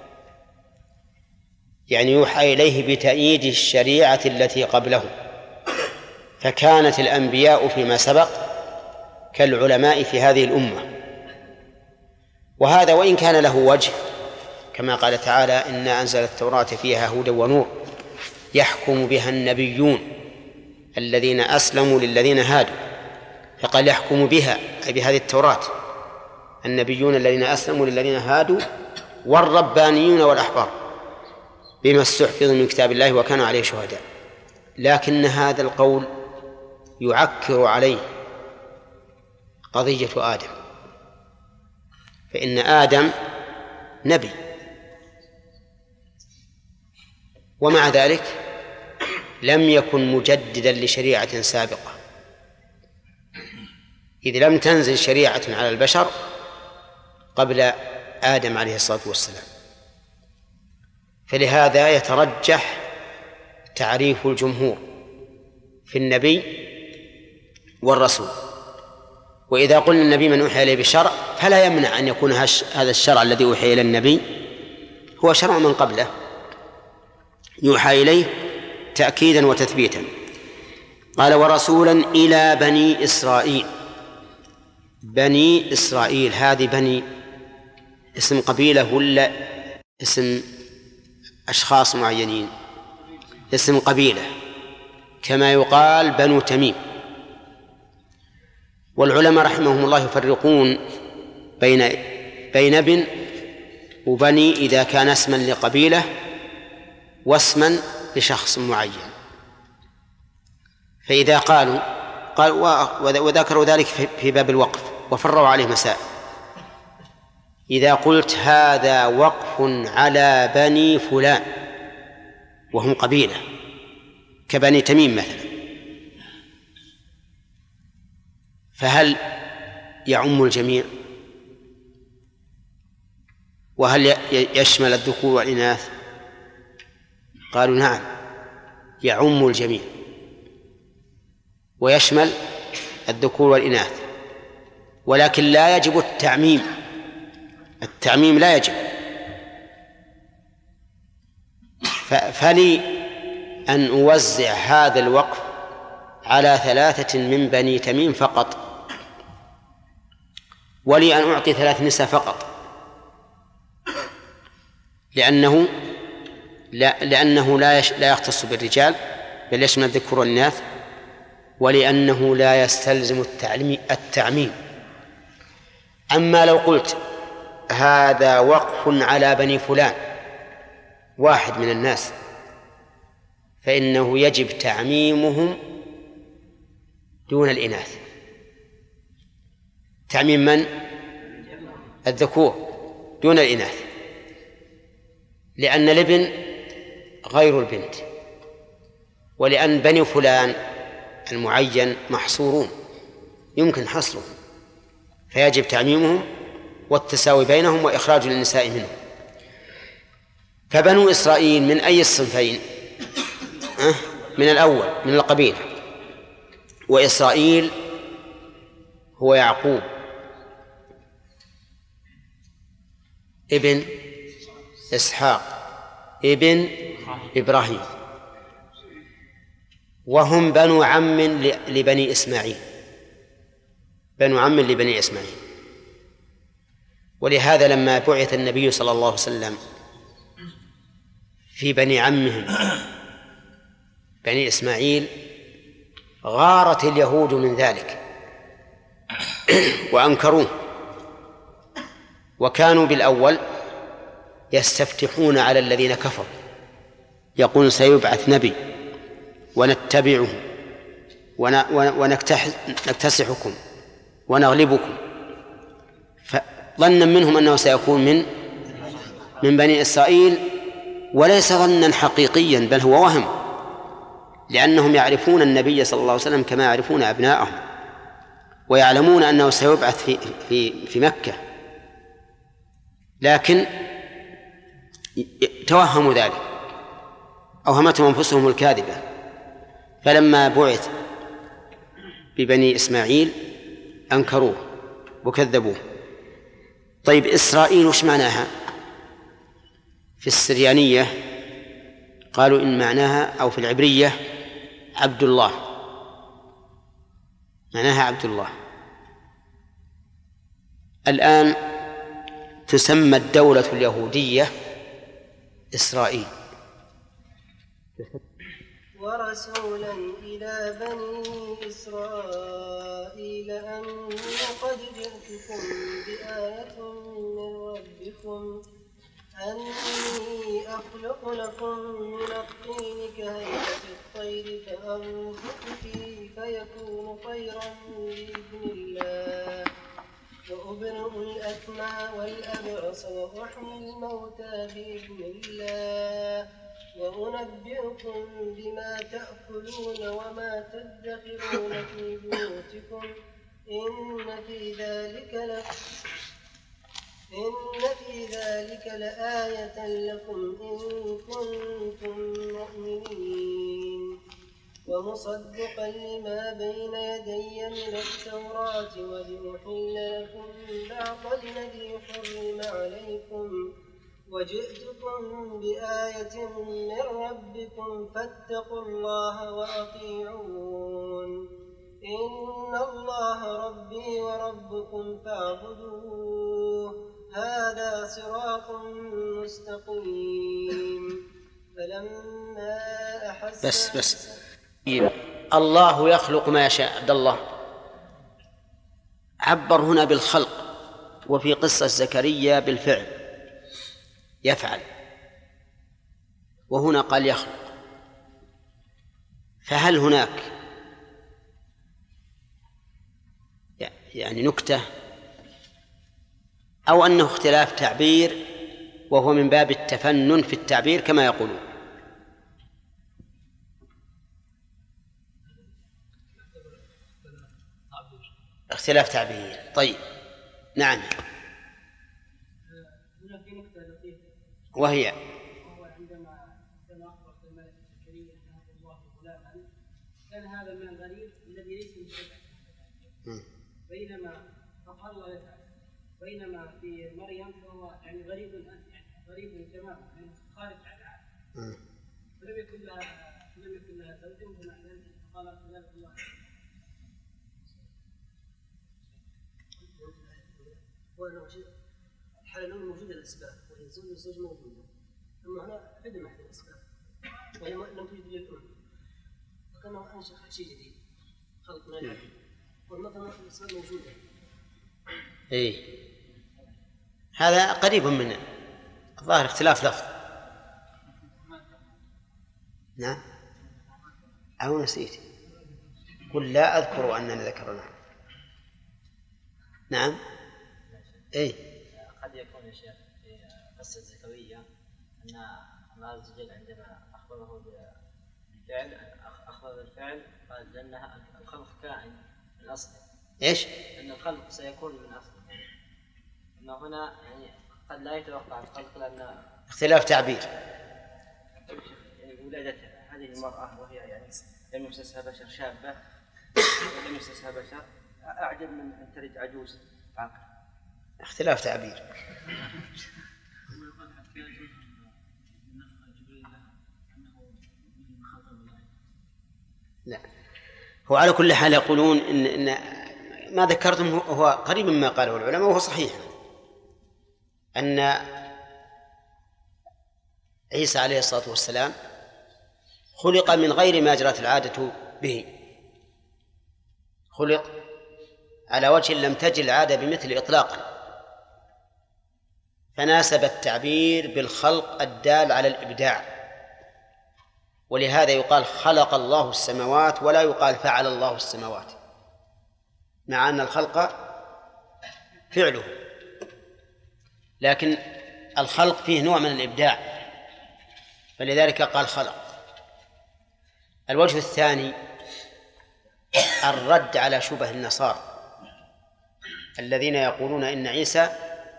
يعني يوحى إليه بتأييد الشريعة التي قبله. فكانت الأنبياء فيما سبق كالعلماء في هذه الأمة. وهذا وإن كان له وجه، كما قال تعالى إنا أنزل التوراة فيها هدى ونور يحكم بها النبيون الذين أسلموا للذين هادوا، فقال يحكم بها أي بهذه التوراة النبيون الذين أسلموا للذين هادوا والربانيون والأحبار بما استحفظوا من كتاب الله وكانوا عليه شهداء. لكن هذا القول يعكر عليه قضية آدم، فإن آدم نبي، ومع ذلك لم يكن مجددا لشريعة سابقة، إذ لم تنزل شريعة على البشر قبل آدم عليه الصلاة والسلام. فلهذا يترجح تعريف الجمهور في النبي والرسول. وإذا قلنا النبي من أوحي إليه بالشرع فلا يمنع أن يكون هذا الشرع الذي أوحي إلى النبي هو شرع من قبله يوحى إليه تأكيدا وتثبيتا. قال ورسولا إلى بني إسرائيل. بني إسرائيل هذه بني اسم قبيلة ولا اسم أشخاص معينين؟ اسم قبيلة، كما يقال بنو تميم. والعلماء رحمهم الله يفرقون بين بين ابن وبني إذا كان اسما لقبيلة واسما لشخص معين. فإذا قالوا قال وذكروا ذلك في باب الوقف وفروا عليه مسائل. إذا قلت هذا وقف على بني فلان وهم قبيلة كبني تميم مثلا، فهل يعم الجميع؟ وهل يشمل الذكور والإناث؟ قالوا نعم يعم الجميع ويشمل الذكور والإناث، ولكن لا يجب التعميم. التعميم لا يجب. فلي أن أوزع هذا الوقف على ثلاثة من بني تميم فقط، ولي أن أعطي ثلاث نساء فقط، لأنه لا لأنه لا يش لا يختص بالرجال بل يشمل الذكور والإناث، ولأنه لا يستلزم التعميم. أما لو قلت هذا وقف على بني فلان واحد من الناس فإنه يجب تعميمهم دون الإناث. تعميم من؟ الذكور دون الإناث، لأن الابن غير البنت، ولأن بني فلان المعين محصورون يمكن حصرهم، فيجب تعميمهم والتساوي بينهم وإخراج النساء منهم. فبنو إسرائيل من أي الصنفين؟ أه؟ من الأول، من القبيلة. وإسرائيل هو يعقوب ابن إسحاق ابن إبراهيم، وهم بنو عم لبني إسماعيل، بنو عم لبني إسماعيل. ولهذا لما بعث النبي صلى الله عليه وسلم في بني عمهم بني إسماعيل غارت اليهود من ذلك وأنكروه، وكانوا بالأول يستفتحون على الذين كفروا يقول سيبعث نبي ونتبعه ونكتسحكم ونغلبكم، فظنا منهم أنه سيكون من من بني إسرائيل، وليس ظنا حقيقيا بل هو وهم، لأنهم يعرفون النبي صلى الله عليه وسلم كما يعرفون أبناءهم، ويعلمون أنه سيبعث في في في مكة، لكن توهموا ذلك، أوهمتهم أنفسهم الكاذبة. فلما بعث ببني إسماعيل أنكروه وكذبوه. طيب إسرائيل وش معناها؟ في السريانية قالوا إن معناها أو في العبرية عبد الله، معناها عبد الله. الآن تسمى الدولة اليهودية إسرائيل. ورسولا إلى بني إسرائيل أني قد جئتكم بآية من ربكم أني أخلق لكم من الطين كهيئة الطير فأنفخ فيه فيكون طيرا بإذن الله وأبرئ الأكمى والأبرص وأحيي الموتى بإذن الله وأنبئكم بما تأكلون وما تدخرون في بيوتكم إن في ذلك ل... إن في ذلك لآية لكم إن كنتم مؤمنين ومصدقا لما بين يدي من التوراة ولأحل لكم بعض الذي حرم عليكم وجئتكم بآية من ربكم فاتقوا الله وأطيعون إن الله ربي وربكم فاعبدوه هذا صراط مستقيم. فلما أحس بس بس الله يخلق ما يشاء. عبد الله عبر هنا بالخلق، وفي قصة زكريا بالفعل يفعل، وهنا قال يخلق. فهل هناك يعني نكتة أو أنه اختلاف تعبير وهو من باب التفنن في التعبير كما يقولون؟ اختلاف تعبير. طيب نعم. هنا في نقطة لطيفة وهي وهو عندما عندما أخبر الملك الكريم أن هذا الله غلاما كان هذا من الغريب الذي ليس متبعا، بينما فقال الله يفعل، بينما في مريم فهو يعني غريب يعني غريب تماما يعني خارج عن العالم، ولم يكن لها الحالة الأولى موجودة الأسباب وهي الزوج والزوج موجودة، أما هنا عدم أحد الأسباب وهي لم توجد للأم، فكانه أنشأ شيء جديد خلق من العدم، والمثل الأسباب موجودة. إيه هذا قريب من ظاهر اختلاف لفظ. نعم أو نسيت؟ قل لا أذكر أننا ذكرنا. نعم إيه قد يكون يا شيخ في قصة الزكوية أن الله عز وجل عندما أخبره بالفعل أخبر بالفعل قال لأنها الخلق كائن من أصله. إيش؟ أن الخلق سيكون من أصله، أما هنا يعني قد لا يتوقع الخلق لأن اختلاف تعبير. يعني ولادة هذه المرأة وهي يعني لم يمسسها بشر، شابة لم يمسسها بشر، أعجب من أن تلد عجوز عاقل. اختلاف تعبير. لا هو على كل حال يقولون إن, إن ما ذكرتم هو قريب مما قاله العلماء وهو صحيح، أن عيسى عليه الصلاة والسلام خلق من غير ما جرت العادة به، خلق على وجه لم تجر العادة بمثل إطلاقا، فناسب التعبير بالخلق الدال على الإبداع، ولهذا يقال خلق الله السماوات ولا يقال فعل الله السماوات، مع أن الخلق فعله، لكن الخلق فيه نوع من الإبداع، فلذلك قال خلق. الوجه الثاني الرد على شبه النصارى الذين يقولون إن عيسى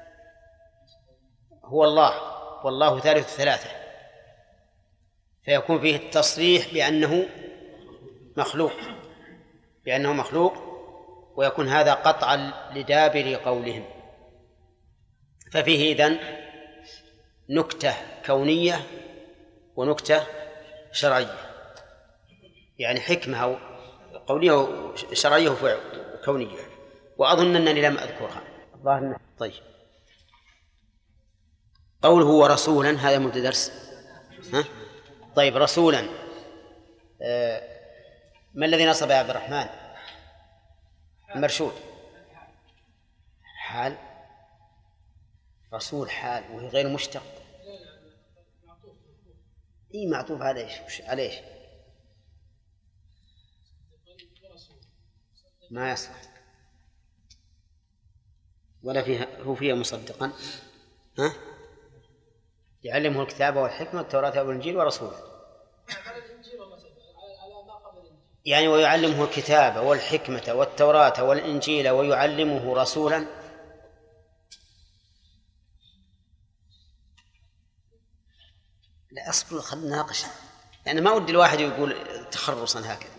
هو الله والله ثالث ثلاثة، فيكون فيه التصريح بأنه مخلوق بأنه مخلوق ويكون هذا قطعا لدابر قولهم. ففيه إذن نكتة كونية ونكتة شرعية، يعني حكمة قولية وشرعية وكونية، وأظن أنني لم أذكرها الظاهر. طيب قوله ورسولا هذا مبتدأ درس. ها؟ طيب رسولا آه ما الذي نصب يا عبد الرحمن؟ المرشود حال، رسول حال وهي غير مشتق. اي معطوف على ايش؟ على ايش؟ ما يصلح ولا فيها هو فيها مصدقا. ها؟ يعلمه الكتاب والحكمة والتوراة والإنجيل ورسوله، يعني ويعلمه الكتاب والحكمة والتوراة والإنجيل ويعلمه رسولا. لا أصبر خلنا نناقش، يعني ما ودي الواحد يقول تخرصا هكذا.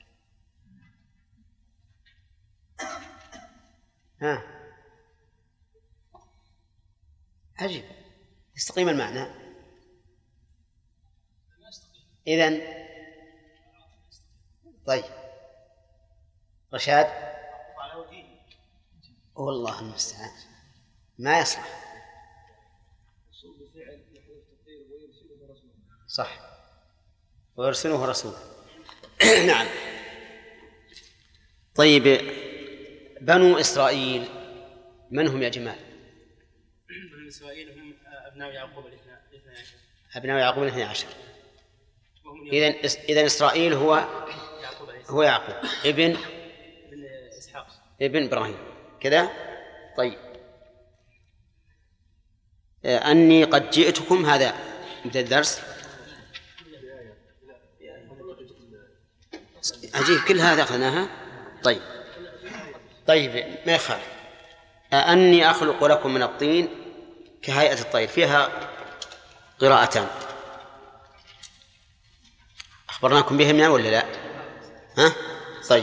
ها عجيب يستقيم المعنى. إذن طيب رشاد والله المستعان ما يصلح. صح ويرسله رسوله. نعم. طيب بنو إسرائيل من هم يا جمال؟ بنو إسرائيل هم أبناء يعقوب الاثنى عشر. أبناء يعقوب الاثنى عشر. إذن إذن إسرائيل هو يعقوب هو يعقوب ابن ابن إسحاق ابن إبراهيم كذا. طيب أني قد جئتكم هذا بدأ الدرس. عجيب كل هذا أخذناها. طيب طيب ما يخالف. أني أخلق لكم من الطين كهيئة الطير، فيها قراءتان أخبرناكم بهم ولا لا؟ ها؟ طيب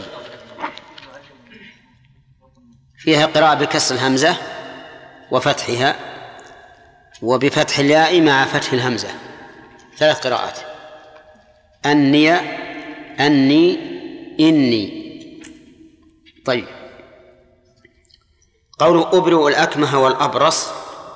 فيها قراءة بكسر الهمزة وفتحها وبفتح الياء مع فتح الهمزة، ثلاث قراءات. أني أني إني. طيب، قوله أبرئ الأكمه والأبرص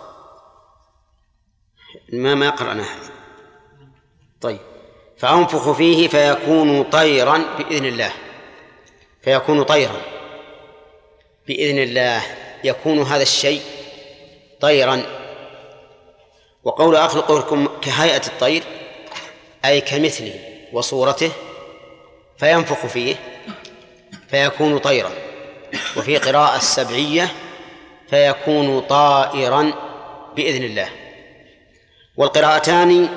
ما ما قرأناه. طيب، فأنفخ فيه فيكون طيرا بإذن الله، فيكون طيرا بإذن الله، يكون هذا الشيء طيرا. وقول أخلق لكم كهيئة الطير أي كمثله وصورته، فينفخ فيه فيكون طيرا. وفي قراءة السبعية فيكون طائرا بإذن الله. والقراءتان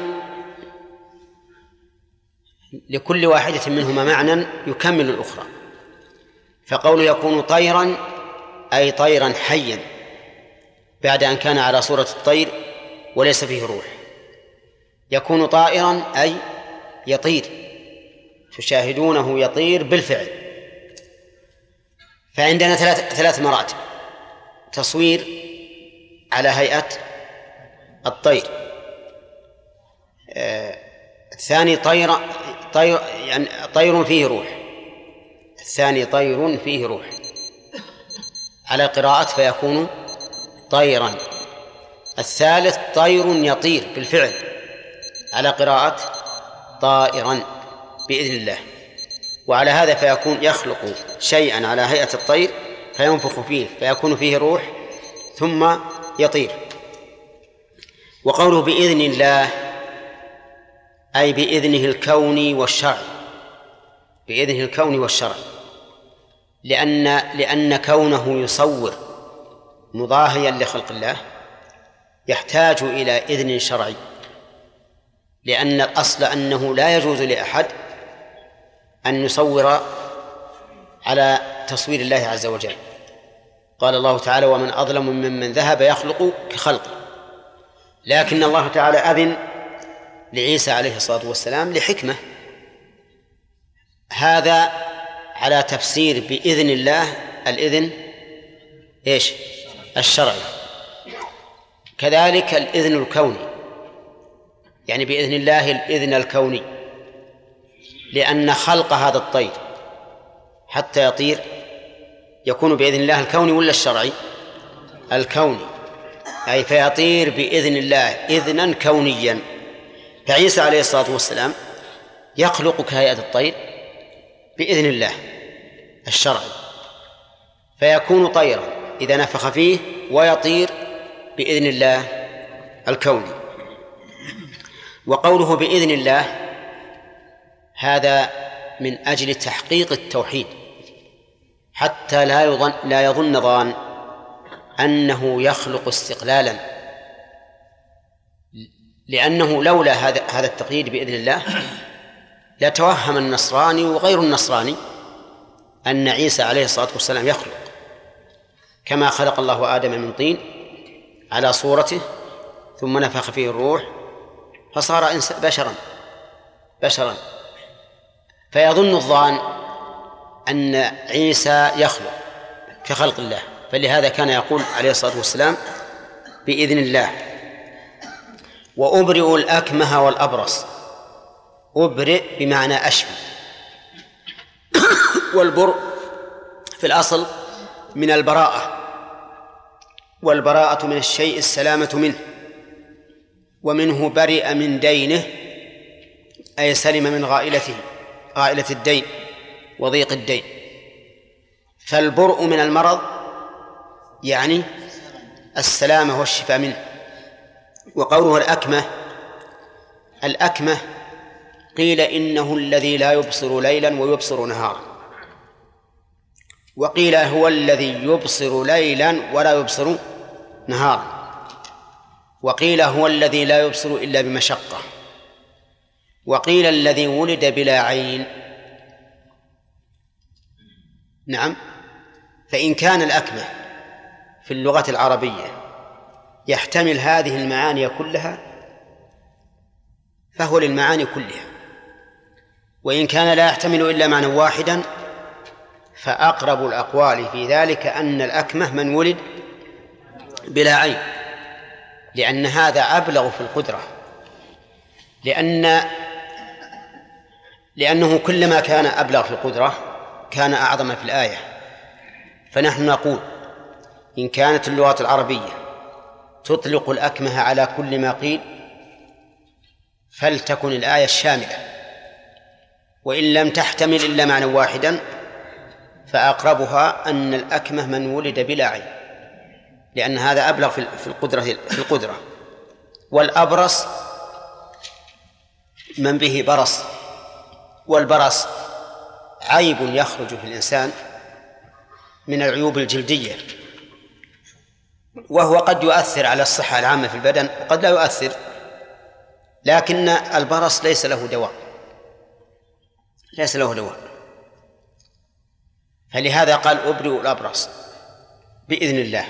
لكل واحدة منهما معنى يكمل الأخرى. فقول يكون طيرا أي طيرا حيا بعد أن كان على صورة الطير وليس فيه روح. يكون طائرا أي يطير، تشاهدونه يطير بالفعل. فعندنا ثلاث ثلاث مراتب: تصوير على هيئة الطير، آه الثاني طير طير يعني طير فيه روح، الثاني طير فيه روح على قراءة فيكون طيرا، الثالث طير يطير بالفعل على قراءة طائرا بإذن الله. وعلى هذا فيكون يخلق شيئا على هيئة الطير فينفخ فيه فيكون فيه روح ثم يطير. وقوله بإذن الله أي بإذنه الكوني والشرعي، بإذنه الكوني والشرعي، لأن لأن كونه يصور مضاهيا لخلق الله يحتاج إلى إذن شرعي، لأن الأصل أنه لا يجوز لأحد أن يصور على تصوير الله عز وجل. قال الله تعالى: ومن أظلم ممن ذهب يخلق كخلقه. لكن الله تعالى أذن لعيسى عليه الصلاة والسلام لحكمة، هذا على تفسير بإذن الله الإذن إيش؟ الشرعي. كذلك الإذن الكوني، يعني بإذن الله الإذن الكوني، لأن خلق هذا الطير حتى يطير يكون بإذن الله الكوني ولا الشرعي؟ الكوني، أي فيطير بإذن الله إذنا كونيا. فعيسى عليه الصلاة والسلام يخلق كهيئة الطير بإذن الله الشرعي، فيكون طيرا إذا نفخ فيه، ويطير بإذن الله الكوني. وقوله بإذن الله هذا من أجل تحقيق التوحيد، حتى لا يظن لا يظن ظان أنه يخلق استقلالا، لأنه لولا هذا هذا التقييد بإذن الله لتوهم النصراني وغير النصراني أن عيسى عليه الصلاة والسلام يخلق، كما خلق الله آدم من طين على صورته ثم نفخ فيه الروح فصار بشرا بشرا فيظن الظان أن عيسى يخلق كخلق الله، فلهذا كان يقول عليه الصلاة والسلام بإذن الله. وأبرئ الأكمه والأبرص، أبرئ بمعنى أشفي، والبرء في الأصل من البراءة، والبراءة من الشيء السلامة منه، ومنه برئ من دينه أي سلم من غائلته، غائلة الدين وضيق الدين. فالبرء من المرض يعني السلامة والشفاء منه. وقوله الأكمه، الأكمه قيل إنه الذي لا يبصر ليلا ويبصر نهارا، وقيل هو الذي يبصر ليلا ولا يبصر نهارا، وقيل هو الذي لا يبصر إلا بمشقة، وقيل الذي ولد بلا عين. نعم، فإن كان الأكمه في اللغة العربية يحتمل هذه المعاني كلها فهو للمعاني كلها، وإن كان لا يحتمل إلا معنى واحدا فأقرب الأقوال في ذلك أن الأكمه من ولد بلا عين، لأن هذا أبلغ في القدرة، لأن لأنه كلما كان أبلغ في القدرة كان أعظم في الآية. فنحن نقول إن كانت اللغة العربية تطلق الأكمه على كل ما قيل فلتكن الآية الشاملة، وإن لم تحتمل إلا معنى واحدا فأقربها أن الأكمه من ولد بلا عين، لأن هذا أبلغ في القدرة في القدرة والأبرص من به برص، والبرص عيب يخرج في الإنسان من العيوب الجلدية، وهو قد يؤثر على الصحة العامة في البدن وقد لا يؤثر، لكن البرص ليس له دواء ليس له دواء فلهذا قال أبرئ الأبرص بإذن الله.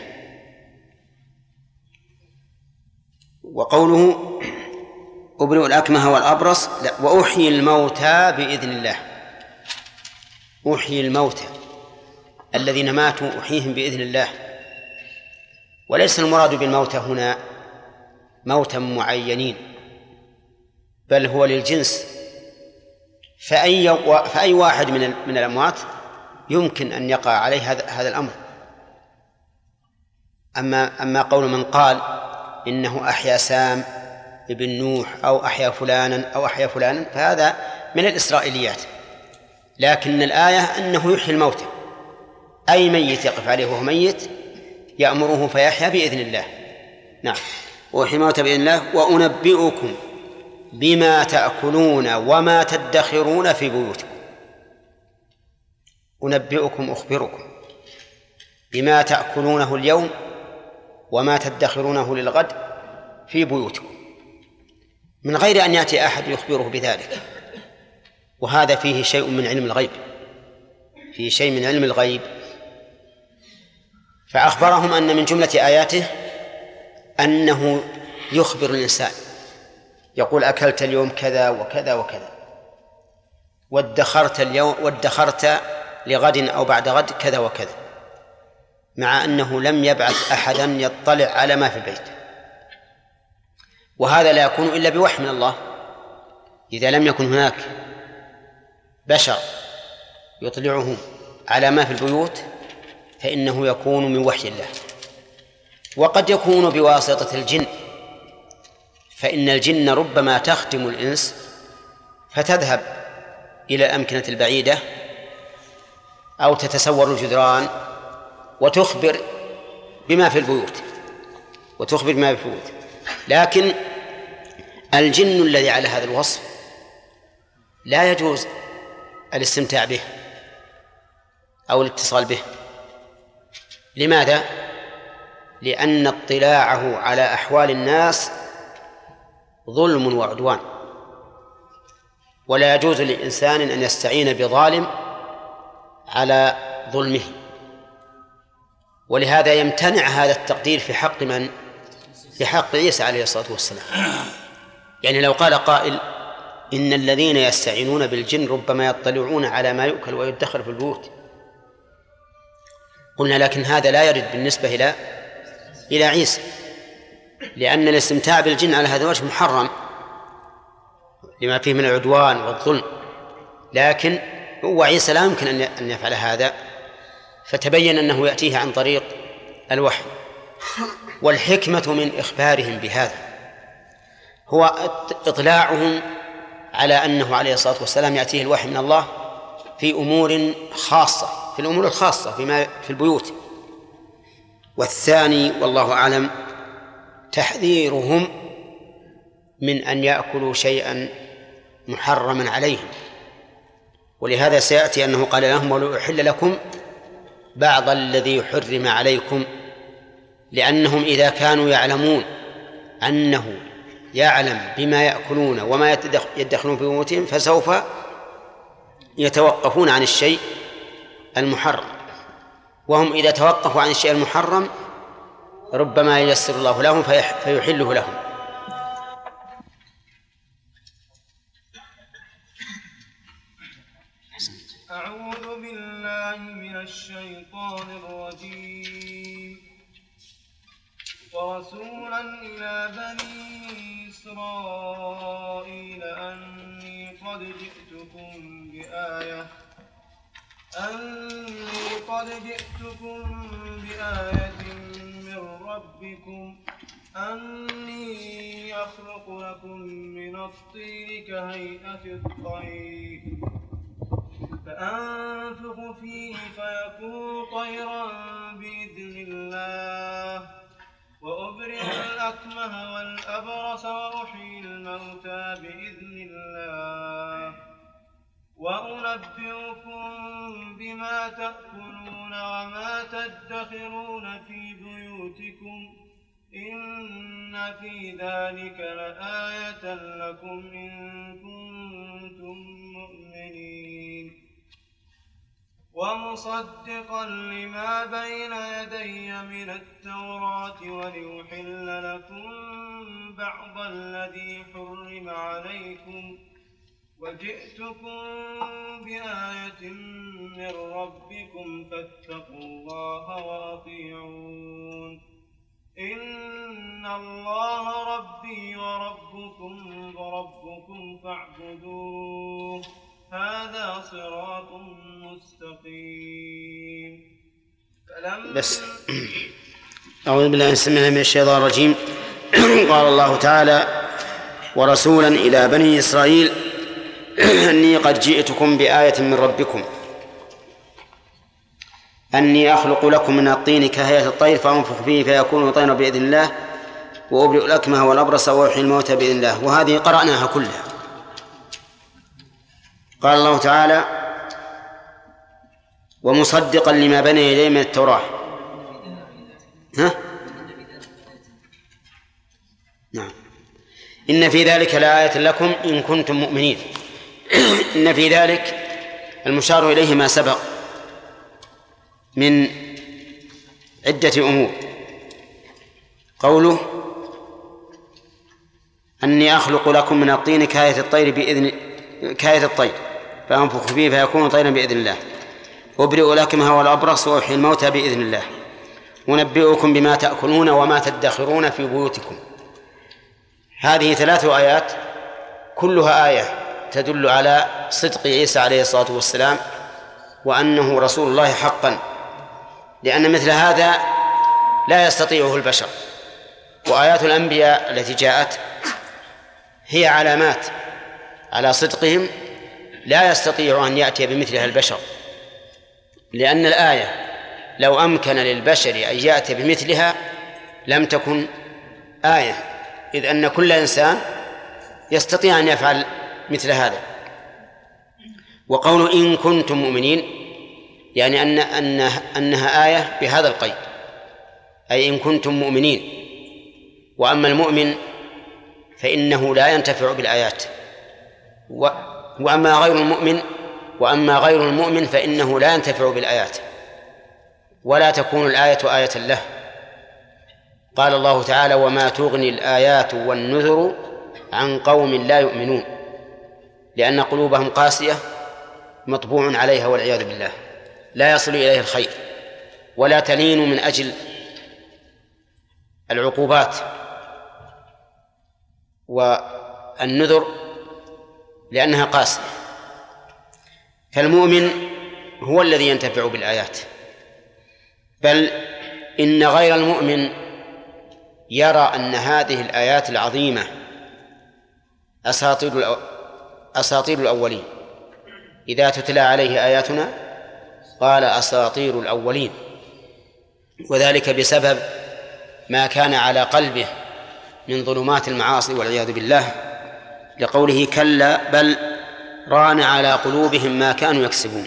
وقوله أبرئ الأكمه والأبرص لا، وأحيي الموتى بإذن الله. أحيي الموتى الذين ماتوا أحييهم بإذن الله، وليس المراد بالموتى هنا موتا معينين، بل هو للجنس، فأي فأي واحد من من الأموات يمكن أن يقع عليه هذا هذا الأمر. أما أما قول من قال إنه أحيا سام ابن نوح أو أحيا فلانا أو أحيا فلانا فهذا من الإسرائيليات، لكن الآية أنه يحيي الموتى، أي ميت يقف عليه وهو ميت يأمره فيحيا بإذن الله. نعم، وأحيي الموتى بإذن الله. وأنبئكم بما تأكلون وما تدخرون في بيوتكم. أنبئكم أخبركم بما تأكلونه اليوم وما تدخرونه للغد في بيوتكم، من غير أن يأتي أحد يخبره بذلك، وهذا فيه شيء من علم الغيب فيه شيء من علم الغيب. فأخبرهم أن من جملة آياته أنه يخبر الإنسان، يقول أكلت اليوم كذا وكذا وكذا، وادخرت اليوم وادخرت لغد أو بعد غد كذا وكذا، مع أنه لم يبعث أحدا يطلع على ما في البيت، وهذا لا يكون إلا بوحي من الله. إذا لم يكن هناك بشر يطلعه على ما في البيوت فإنه يكون من وحي الله، وقد يكون بواسطة الجن، فإن الجن ربما تختم الإنس فتذهب إلى الأمكنة البعيدة أو تتسور الجدران وتخبر بما في البيوت وتخبر بما في البيوت لكن الجن الذي على هذا الوصف لا يجوز الاستمتاع به أو الاتصال به. لماذا؟ لأن اطلاعه على أحوال الناس ظلم وعدوان، ولا يجوز للإنسان أن يستعين بظالم على ظلمه، ولهذا يمتنع هذا التقدير في حق من؟ في حق عيسى عليه الصلاة والسلام. يعني لو قال قائل إن الذين يستعينون بالجن ربما يطلعون على ما يؤكل ويدخر في البيوت، قلنا لكن هذا لا يرد بالنسبة إلى إلى عيسى، لأن الاستمتاع بالجن على هذا الوجه محرم لما فيه من العدوان والظلم، لكن هو عيسى لا يمكن أن يفعل هذا، فتبين أنه يأتيه عن طريق الوحي. والحكمة من إخبارهم بهذا هو إطلاعهم على أنه عليه الصلاة والسلام يأتيه الوحي من الله في أمور خاصة، في الأمور الخاصة فيما في البيوت. والثاني والله أعلم تحذيرهم من أن يأكلوا شيئا محرما عليهم، ولهذا سيأتي أنه قال لهم ولو أحل لكم بعض الذي حرم عليكم، لأنهم إذا كانوا يعلمون أنه يعلم بما يأكلون وما يدخلون في بيوتهم فسوف يتوقفون عن الشيء المحرم، وهم إذا توقفوا عن الشيء المحرم ربما ييسر الله لهم فيحله لهم. أعوذ بالله من الشيطان الرجيم. ورسولا إلى بني إسرائيل أني قد جئتكم بآية أني قد جئتكم بآية من ربكم أني أخلق لكم من الطين كهيئة الطير فأنفخ فيه فيكون طيرا بإذن الله وأبرئ الأكمه والأبرص وأحيي الموتى بإذن الله وأنبئكم بما تأكلون وما تدخرون في بيوتكم إن في ذلك لآية لكم إن كنتم مؤمنين ومصدقا لما بين يدي من التوراة ولأحل لكم بعض الذي حرم عليكم وجئتكم بآية من ربكم فاتقوا الله وأطيعون إن الله ربي وربكم وربكم فاعبدوه هذا صراط مستقيم. بس أعوذ بالله من الشيطان الرجيم. قال الله تعالى: ورسولا إلى بني إسرائيل أني قد جئتكم بآية من ربكم أني أخلق لكم من الطين كهيئة الطير فأنفخ فيه فيكون طيرا بإذن الله وأبرئ الأكمه والأبرص وأحيي الموتى بإذن الله. وهذه قرأناها كلها. قال الله تعالى: ومصدقا لما بين يديه من التوراة. ها؟ نعم. إن في ذلك لآية لكم إن كنتم مؤمنين. إن في ذلك المشار إليه ما سبق من عدة أمور. قوله: أني أخلق لكم من الطين كهيئة الطير بإذن كهيئة الطير فأنفخ فيه فيكون طيرا بإذن الله وأبرئ الأكمه والأبرص وأحيي الموتى بإذن الله ونبئكم بما تأكلون وما تدخرون في بيوتكم. هذه ثلاث آيات كلها آية تدل على صدق عيسى عليه الصلاة والسلام وأنه رسول الله حقا، لأن مثل هذا لا يستطيعه البشر. وآيات الأنبياء التي جاءت هي علامات على صدقهم لا يستطيع أن يأتي بمثلها البشر، لأن الآية لو أمكن للبشر أن يأتي بمثلها لم تكن آية، إذ أن كل إنسان يستطيع أن يفعل مثل هذا. وقول إن كنتم مؤمنين يعني أن أن أنها آية بهذا القيد، أي إن كنتم مؤمنين. وأما المؤمن فإنه لا ينتفع بالآيات، وأما غير المؤمن وأما غير المؤمن فإنه لا ينتفع بالآيات ولا تكون الآية آية له. قال الله تعالى: وما تغني الآيات والنذر عن قوم لا يؤمنون، لأن قلوبهم قاسية مطبوع عليها والعياذ بالله، لا يصل إليه الخير ولا تلين من أجل العقوبات. والنذر لأنها قاسية. فالمؤمن هو الذي ينتفع بالآيات، بل إن غير المؤمن يرى أن هذه الآيات العظيمة أساطير أساطير الأولين. إذا تتلى عليه آياتنا قال أساطير الأولين، وذلك بسبب ما كان على قلبه من ظلمات المعاصي والعياذ بالله، لقوله: كلا بل ران على قلوبهم ما كانوا يكسبون.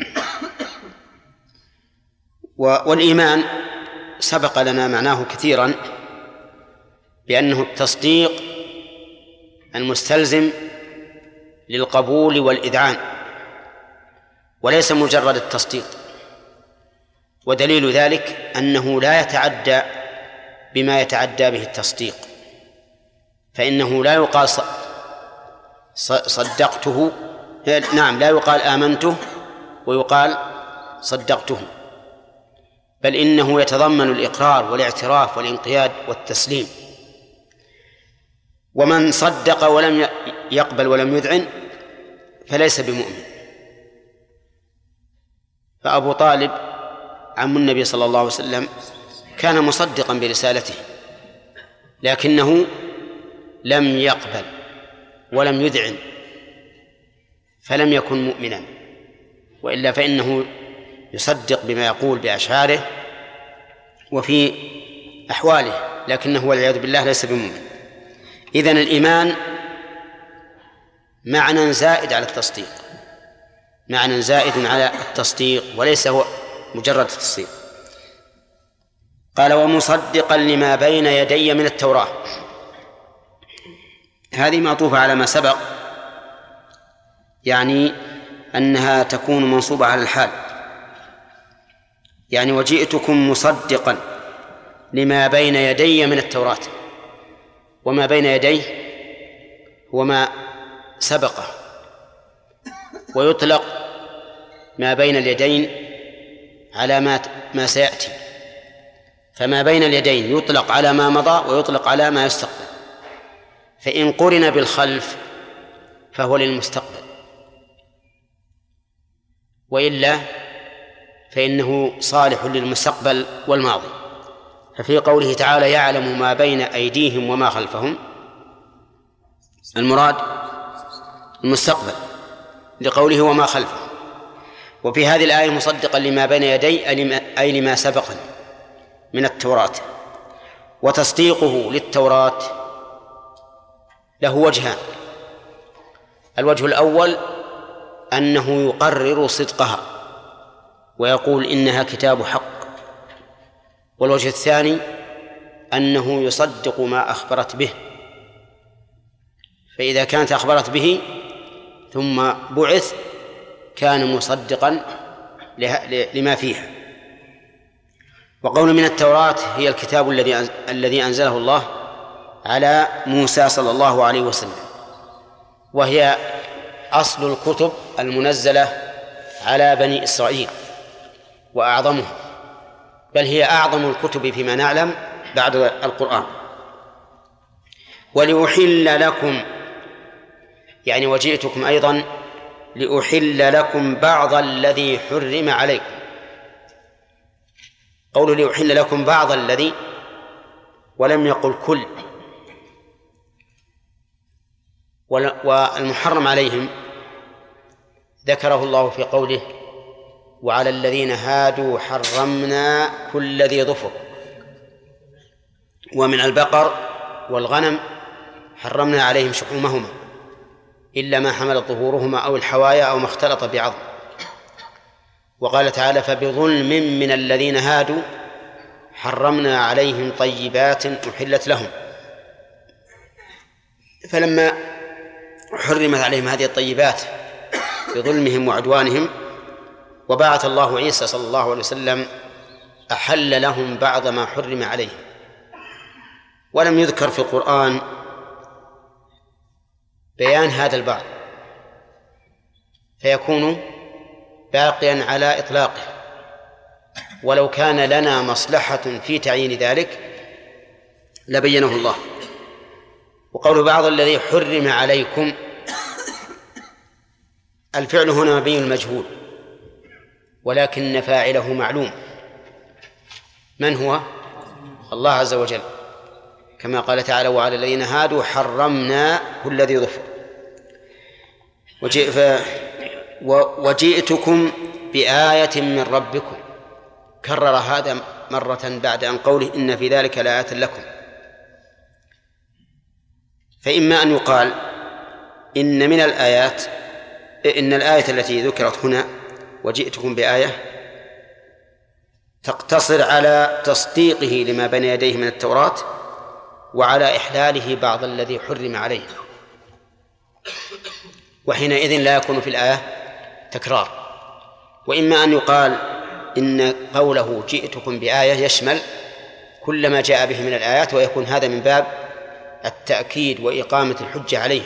والإيمان سبق لنا معناه كثيرا بأنه التصديق المستلزم للقبول والإذعان، وليس مجرد التصديق. ودليل ذلك أنه لا يتعدى بما يتعدى به التصديق، فإنه لا يقال صدقته، نعم لا يقال آمنته ويقال صدقته، بل إنه يتضمن الإقرار والاعتراف والانقياد والتسليم. ومن صدق ولم يقبل ولم يذعن فليس بمؤمن. فأبو طالب عم النبي صلى الله عليه وسلم كان مصدقا برسالته، لكنه لم يقبل ولم يذعن، فلم يكن مؤمنا، وإلا فإنه يصدق بما يقول بأشعاره وفي أحواله، لكنه والعياذ بالله ليس بمؤمن. إذن الإيمان معنى زائد على التصديق، معنى زائد على التصديق وليس هو مجرد التصديق. قال ومصدقا لما بين يدي من التوراة، هذه معطوفة على ما سبق، يعني أنها تكون منصوبة على الحال، يعني وجئتكم مصدقا لما بين يدي من التوراة. وما بين يديه هو ما سبقه، ويطلق ما بين اليدين على ما ما سيأتي، فما بين اليدين يطلق على ما مضى ويطلق على ما يستقبل، فإن قرن بالخلف فهو للمستقبل، وإلا فإنه صالح للمستقبل والماضي. ففي قوله تعالى يعلم ما بين أيديهم وما خلفهم، المراد المستقبل لقوله وما خلفهم. وفي هذه الآية مصدقا لما بين يدي أي لما سبق من التوراة. وتصديقه للتوراة له وجهان: الوجه الأول أنه يقرر صدقها ويقول إنها كتاب حق، والوجه الثاني أنه يصدق ما أخبرت به، فإذا كانت أخبرت به ثم بعث كان مصدقا لما فيها. وقول من التوراة هي الكتاب الذي الذي أنزله الله على موسى صلى الله عليه وسلم، وهي أصل الكتب المنزلة على بني إسرائيل وأعظمها، بل هي أعظم الكتب فيما نعلم بعد القرآن. ولأحل لكم، يعني وجئتكم أيضا لأحل لكم بعض الذي حرم عليكم. قول لأحل لكم بعض الذي ولم يقل كل. والمحرم عليهم ذكره الله في قوله وعلى الذين هادوا حرمنا كل ذي ظفر، ومن البقر والغنم حرمنا عليهم شحومهما إلا ما حملت ظهورهما أو الحوايا أو ما اختلط بعظم. وقال تعالى فبظلم من الذين هادوا حرمنا عليهم طيبات أحلت لهم. فلما حرمت عليهم هذه الطيبات بظلمهم وعدوانهم وبعث الله عيسى صلى الله عليه وسلم أحل لهم بعض ما حرم عليهم، ولم يذكر في القرآن بيان هذا البعض، فيكون باقيا على إطلاقه، ولو كان لنا مصلحة في تعيين ذلك لبينه الله. وقول بعض الذي حرم عليكم، الفعل هنا مبني المجهول، ولكن فاعله معلوم، من هو؟ الله عز وجل، كما قال تعالى وعلى الذين هادوا حرمنا كل ذي ظفر. وجئتكم بآية من ربكم، كرر هذا مرة بعد أن قوله إن في ذلك لآية لكم. فإما أن يقال إن من الآيات إن الآية التي ذكرت هنا وجئتكم بآية تقتصر على تصديقه لما بين يديه من التوراة وعلى إحلاله بعض الذي حرم عليه، وحينئذ لا يكون في الآية تكرار. وإما أن يقال إن قوله جئتكم بآية يشمل كل ما جاء به من الآيات، ويكون هذا من باب التأكيد وإقامة الحجة عليه،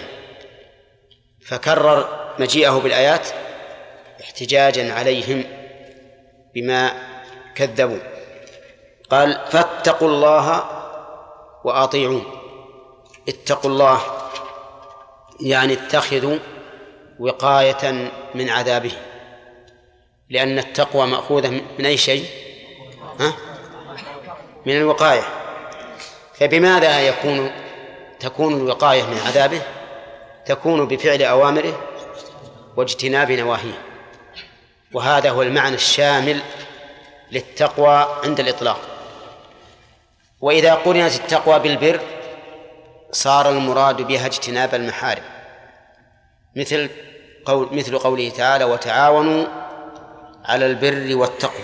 فكرر مجيئه بالآيات احتجاجا عليهم بما كذبوا. قال فاتقوا الله وأطيعون. اتقوا الله يعني اتخذوا وقاية من عذابه، لأن التقوى مأخوذة من أي شيء؟ ها؟ من الوقاية. فبماذا يكون تكون الوقاية من عذابه؟ تكون بفعل أوامره واجتناب نواهيه، وهذا هو المعنى الشامل للتقوى عند الإطلاق. وإذا قرنت التقوى بالبر صار المراد بها اجتناب المحارم، مثل قول مثل قوله تعالى: وتعاونوا على البر والتقوى.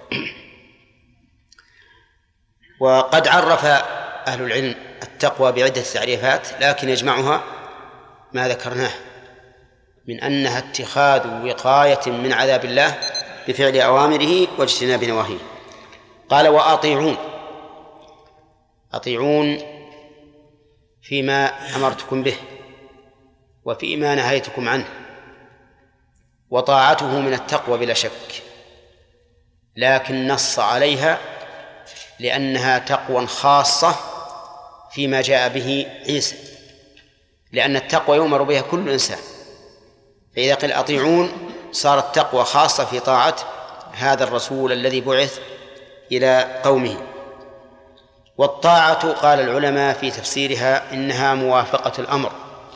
وقد عرف أهل العلم التقوى بعدة تعريفات، لكن يجمعها ما ذكرناه من أنها اتخاذ وقاية من عذاب الله بفعل أوامره واجتناب نواهيه. قال: وأطيعون، أطيعون فيما أمرتكم به وفيما نهيتكم عنه، وطاعته من التقوى بلا شك، لكن نص عليها لأنها تقوى خاصة فيما جاء به عيسى، لأن التقوى يؤمر بها كل إنسان، فإذا قيل أطيعون صارت تقوى خاصة في طاعة هذا الرسول الذي بعث إلى قومه. والطاعة قال العلماء في تفسيرها إنها موافقة الأمر،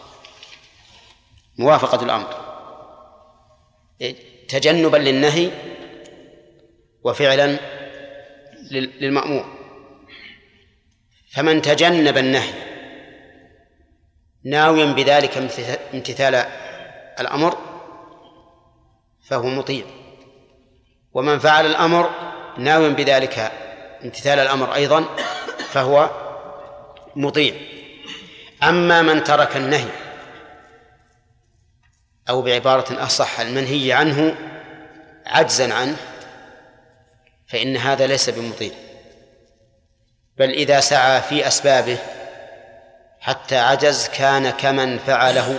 موافقة الأمر تجنبا للنهي وفعلا للمأمور. فمن تجنب النهي ناويا بذلك امتثال الأمر فهو مطيع، ومن فعل الأمر ناويا بذلك امتثال الأمر أيضا فهو مطيع. أما من ترك النهي، أو بعبارة أصح المنهي عنه عجزا عنه، فإن هذا ليس بمطيع، بل إذا سعى في أسبابه حتى عجز كان كمن فعله،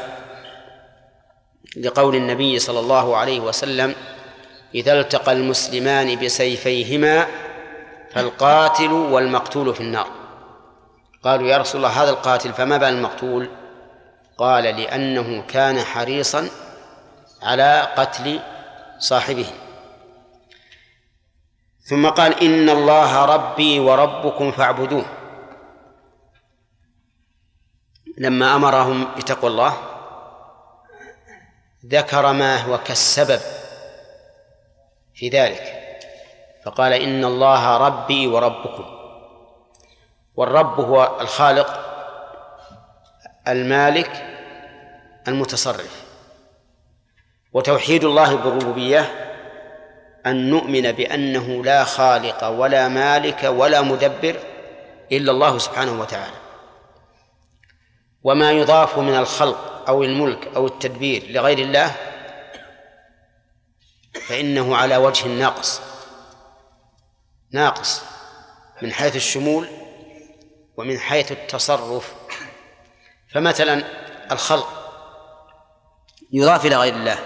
لقول النبي صلى الله عليه وسلم: إذا التقى المسلمان بسيفيهما فالقاتل والمقتول في النار. قالوا: يا رسول الله، هذا القاتل فما بال المقتول؟ قال: لأنه كان حريصا على قتل صاحبه. ثم قال: إن الله ربي وربكم فاعبدوه. لما أمرهم بتقوى الله ذكر ما هو كالسبب في ذلك، فقال: إن الله ربي وربكم. والرب هو الخالق المالك المتصرف. وتوحيد الله بالربوبية أن نؤمن بأنه لا خالق ولا مالك ولا مدبر إلا الله سبحانه وتعالى، وما يضاف من الخلق أو الملك أو التدبير لغير الله فإنه على وجه ناقص، ناقص من حيث الشمول ومن حيث التصرف. فمثلا الخلق يضاف إلى غير الله،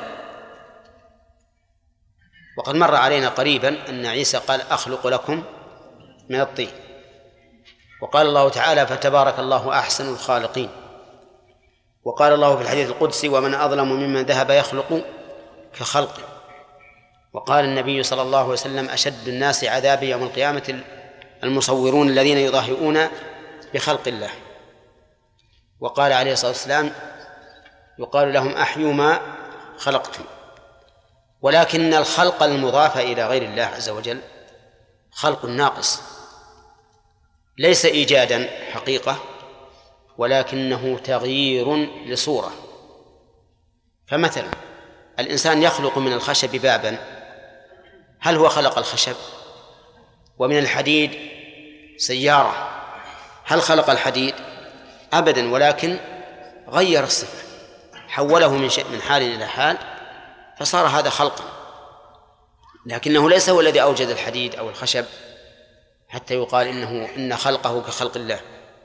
وقد مر علينا قريبا أن عيسى قال: أخلق لكم من الطين، وقال الله تعالى: فتبارك الله أحسن الخالقين. وقال الله في الحديث القدسي: ومن أظلم ممن ذهب يخلق كخلقه. وقال النبي صلى الله عليه وسلم: أشد الناس عذابا يوم القيامة المصورون الذين يضاهئون بخلق الله. وقال عليه الصلاة والسلام: يقال لهم: أحيوا ما خلقتم. ولكن الخلق المضاف إلى غير الله عز وجل خلق ناقص، ليس إيجادا حقيقة، ولكنه تغيير لصورة. فمثلا الإنسان يخلق من الخشب بابا، هل هو خلق الخشب؟ ومن الحديد سيارة، هل خلق الحديد؟ أبدا، ولكن غير الصفة، حوله من شيء من حال إلى حال فصار هذا خلقا، لكنه ليس هو الذي أوجد الحديد أو الخشب حتى يقال إنه إن خلقه كخلق الله.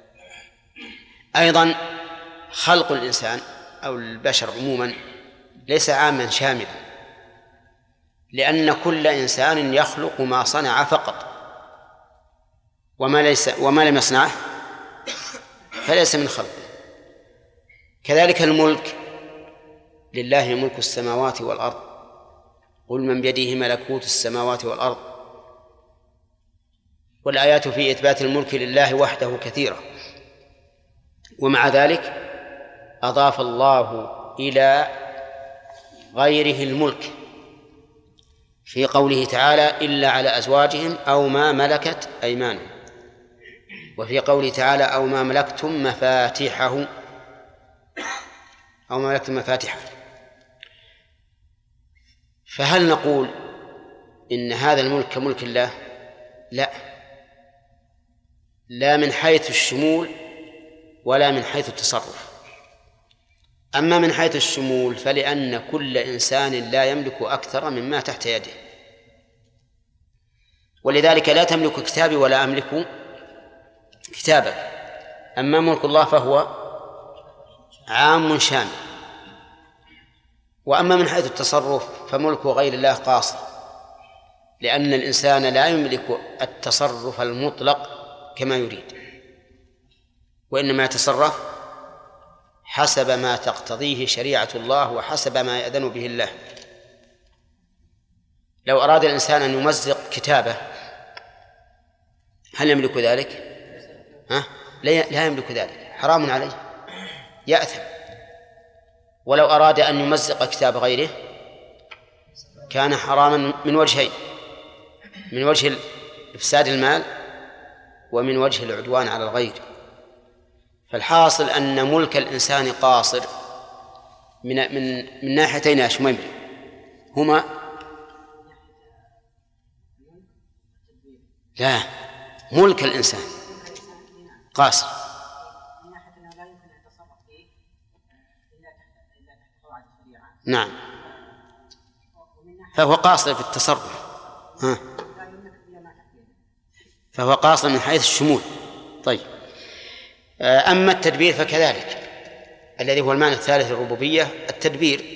أيضا خلق الإنسان أو البشر عموما ليس عاما شاملا، لأن كل إنسان يخلق ما صنع فقط، وما ليس وما لم يصنعه فليس من خلقه. كذلك الملك لله ملك السماوات والأرض قل من بيده ملكوت السماوات والأرض. والآيات في إثبات الملك لله وحده كثيرة، ومع ذلك أضاف الله إلى غيره الملك في قوله تعالى إلا على أزواجهم أو ما ملكت أيمانهم، وفي قوله تعالى أو ما ملكتم مفاتيحه أو ما ملكتم مفاتيحه. فهل نقول إن هذا الملك كملك الله؟ لا، لا من حيث الشمول ولا من حيث التصرف. أما من حيث الشمول فلأن كل إنسان لا يملك أكثر مما تحت يده، ولذلك لا تملك كتابي ولا أملك كتابك. أما ملك الله فهو عام شامل. وأما من حيث التصرف فملك غير الله قاصر، لأن الإنسان لا يملك التصرف المطلق كما يريد، وإنما يتصرف حسب ما تقتضيه شريعة الله وحسب ما يأذن به الله. لو أراد الإنسان أن يمزق كتابه هل يملك ذلك؟ ها؟ لا يملك ذلك، حرام عليه، يأثم. ولو أراد أن يمزق كتاب غيره كان حراما من وجهين: من وجه إفساد المال ومن وجه العدوان على الغير. فالحاصل أن ملك الإنسان قاصر من من من ناحيتين يا شميمة، هما لا ملك الإنسان قاصر نعم، فهو قاصر في التصرف، ها فهو قاصر من حيث الشمول. طيب، أما التدبير فكذلك، الذي هو المعنى الثالث للربوبية التدبير،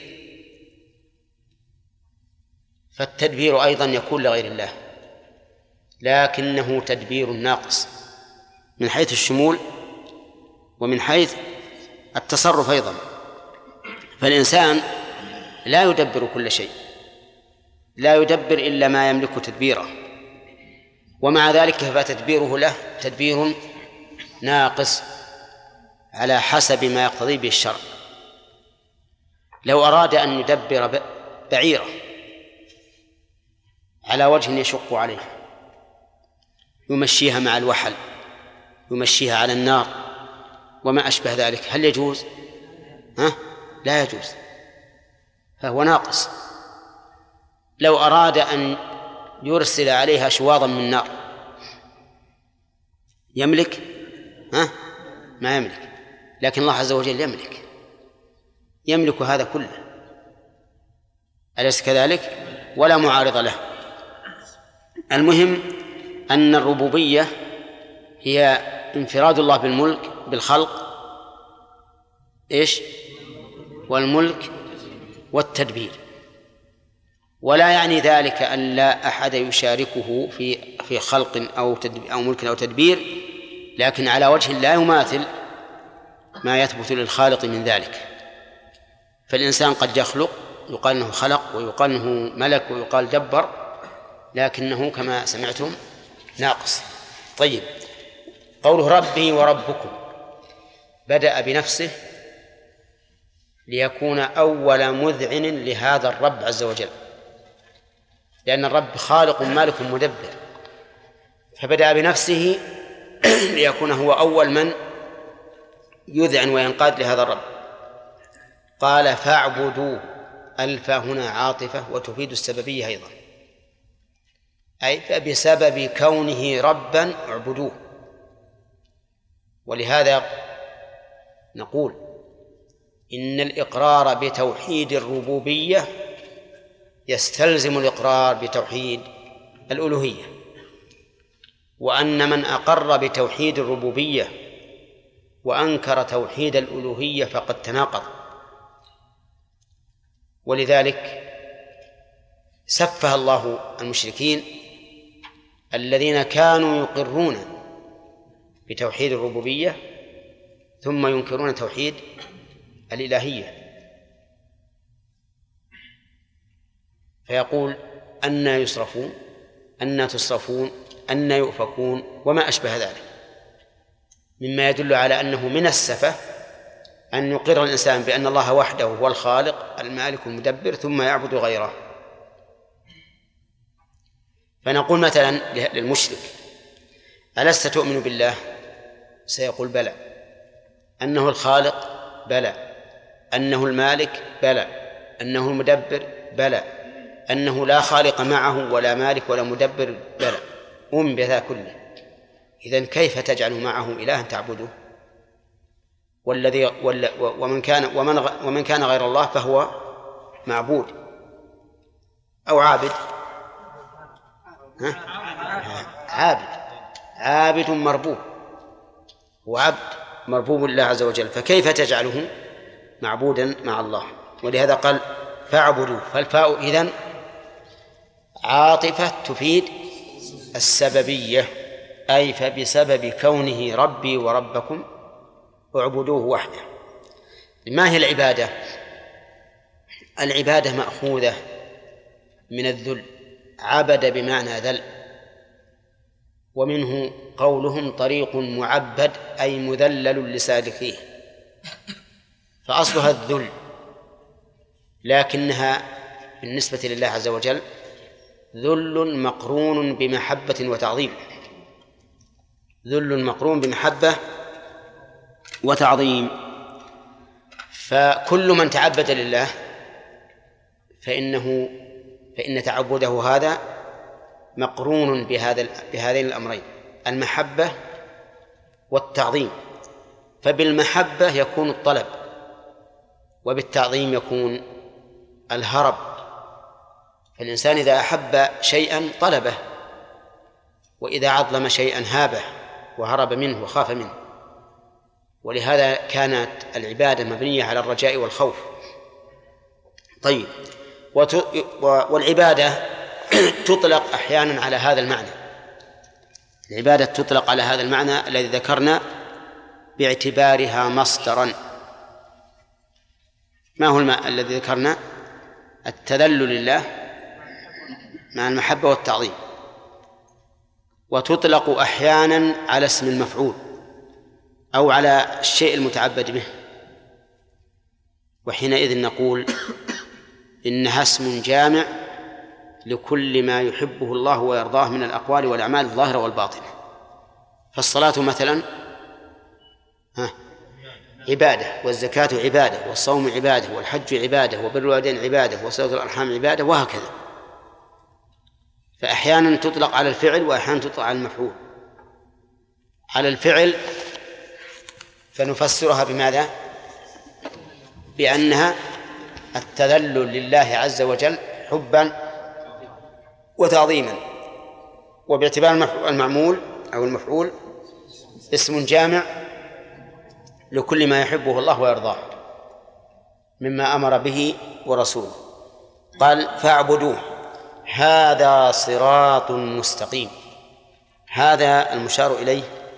فالتدبير أيضا يكون لغير الله، لكنه تدبير ناقص من حيث الشمول ومن حيث التصرف أيضا. فالإنسان لا يدبر كل شيء، لا يدبر إلا ما يملك تدبيره، ومع ذلك فتدبيره له تدبير ناقص على حسب ما يقتضي به الشرع. لو أراد أن يدبر بعيرة على وجه يشق عليه، يمشيها مع الوحل، يمشيها على النار وما أشبه ذلك، هل يجوز؟ ها؟ لا يجوز، فهو ناقص. لو أراد أن يرسل عليها شواظا من نار يملك؟ ها؟ ما يملك، لكن الله عز وجل يملك، يملك هذا كله، أليس كذلك؟ ولا معارض له. المهم أن الربوبية هي انفراد الله بالملك بالخلق إيش؟ والملك والتدبير، ولا يعني ذلك أن لا أحد يشاركه في في خلق أو تدبير أو ملك أو تدبير، لكن على وجه لا يماثل ما يثبت للخالق من ذلك. فالإنسان قد يخلق، يقال أنه خلق، ويقال أنه ملك، ويقال دبر، لكنه كما سمعتم ناقص. طيب، قوله ربي وربكم بدأ بنفسه ليكون أول مذعن لهذا الرب عز وجل، لأن الرب خالق مالك مدبر، فبدأ بنفسه ليكون هو أول من يذعن وينقاد لهذا الرب. قال فاعبدوه، ألف هنا عاطفة وتفيد السببية أيضا، أي بسبب كونه ربا اعبدوه. ولهذا نقول إن الإقرار بتوحيد الربوبية يستلزم الإقرار بتوحيد الألوهية، وأن من أقر بتوحيد الربوبية وأنكر توحيد الألوهية فقد تناقض. ولذلك سفه الله المشركين الذين كانوا يقرون بتوحيد الربوبية ثم ينكرون توحيد الإلهية، فيقول أن يصرفون أن تصرفون أن يؤفكون وما أشبه ذلك، مما يدل على أنه من السفة أن يقر الإنسان بأن الله وحده هو الخالق المالك المدبر ثم يعبد غيره. فنقول مثلا للمشرك: ألست تؤمن بالله؟ سيقول: بلى. أنه الخالق؟ بلى. أنه المالك؟ بلى. أنه المدبر؟ بلى. أنه لا خالق معه ولا مالك ولا مدبر؟ بلى. أؤمن بذا كله. إذن كيف تجعل معه إلها تعبده؟ والذي ومن كان ومن ومن كان غير الله فهو معبود أو عابد. ها؟ عابد عابد مربوب، وعبد مربوب لله عز وجل، فكيف تجعله معبودا مع الله؟ ولهذا قال: فاعبدوه. فالفاء إذن عاطفة تفيد السببية، أي فبسبب كونه ربي وربكم اعبدوه وحده. ما هي العبادة؟ العبادة مأخوذة من الذل، عبد بمعنى ذل، ومنه قولهم طريق معبد أي مذلل لسالكيه، فأصلها الذل، لكنها بالنسبة لله عز وجل ذل مقرون بمحبة وتعظيم، ذل مقرون بمحبة وتعظيم. فكل من تعبد لله فإنه فإن تعبده هذا مقرون بهذا بهذين الأمرين، المحبة والتعظيم. فبالمحبة يكون الطلب، وبالتعظيم يكون الهرب. فالإنسان إذا أحب شيئا طلبه، وإذا عظم شيئا هابه وهرب منه وخاف منه. ولهذا كانت العبادة مبنية على الرجاء والخوف. طيب، والعبادة تطلق أحيانا على هذا المعنى، العبادة تطلق على هذا المعنى الذي ذكرنا باعتبارها مصدرا. ما هو الماء الذي ذكرنا؟ التذلل لله مع المحبة والتعظيم. وتطلق أحيانا على اسم المفعول أو على الشيء المتعبد به، وحينئذ نقول إنها اسم جامع لكل ما يحبه الله ويرضاه من الأقوال والأعمال الظاهرة والباطنة. فالصلاة مثلا ها عبادة، والزكاة عبادة، والصوم عبادة، والحج عبادة، وبر الوالدين عبادة، وصلة الأرحام عبادة، وهكذا. فأحيانا تطلق على الفعل وأحيانا تطلق على المفعول. على الفعل فنفسرها بماذا؟ بأنها التذلل لله عز وجل حبا وتعظيما. وباعتبار المعمول أو المفعول اسم جامع لكل ما يحبه الله ويرضاه مما أمر به ورسوله. قال: فاعبدوه هذا صراط مستقيم. هذا المشار إليه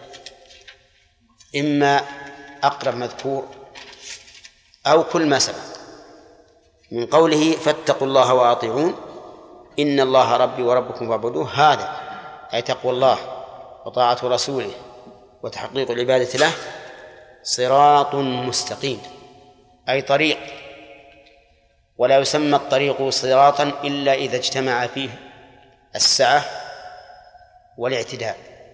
إما أقرب مذكور أو كل ما سبق من قوله: فاتقوا الله وأطيعون إن الله ربي وربكم فاعبدوه. هذا أي تقوى الله وطاعة رسوله وتحقيق العبادة له صراط مستقيم، أي طريق. ولا يسمى الطريق صراطا إلا إذا اجتمع فيه السعة والاعتدال.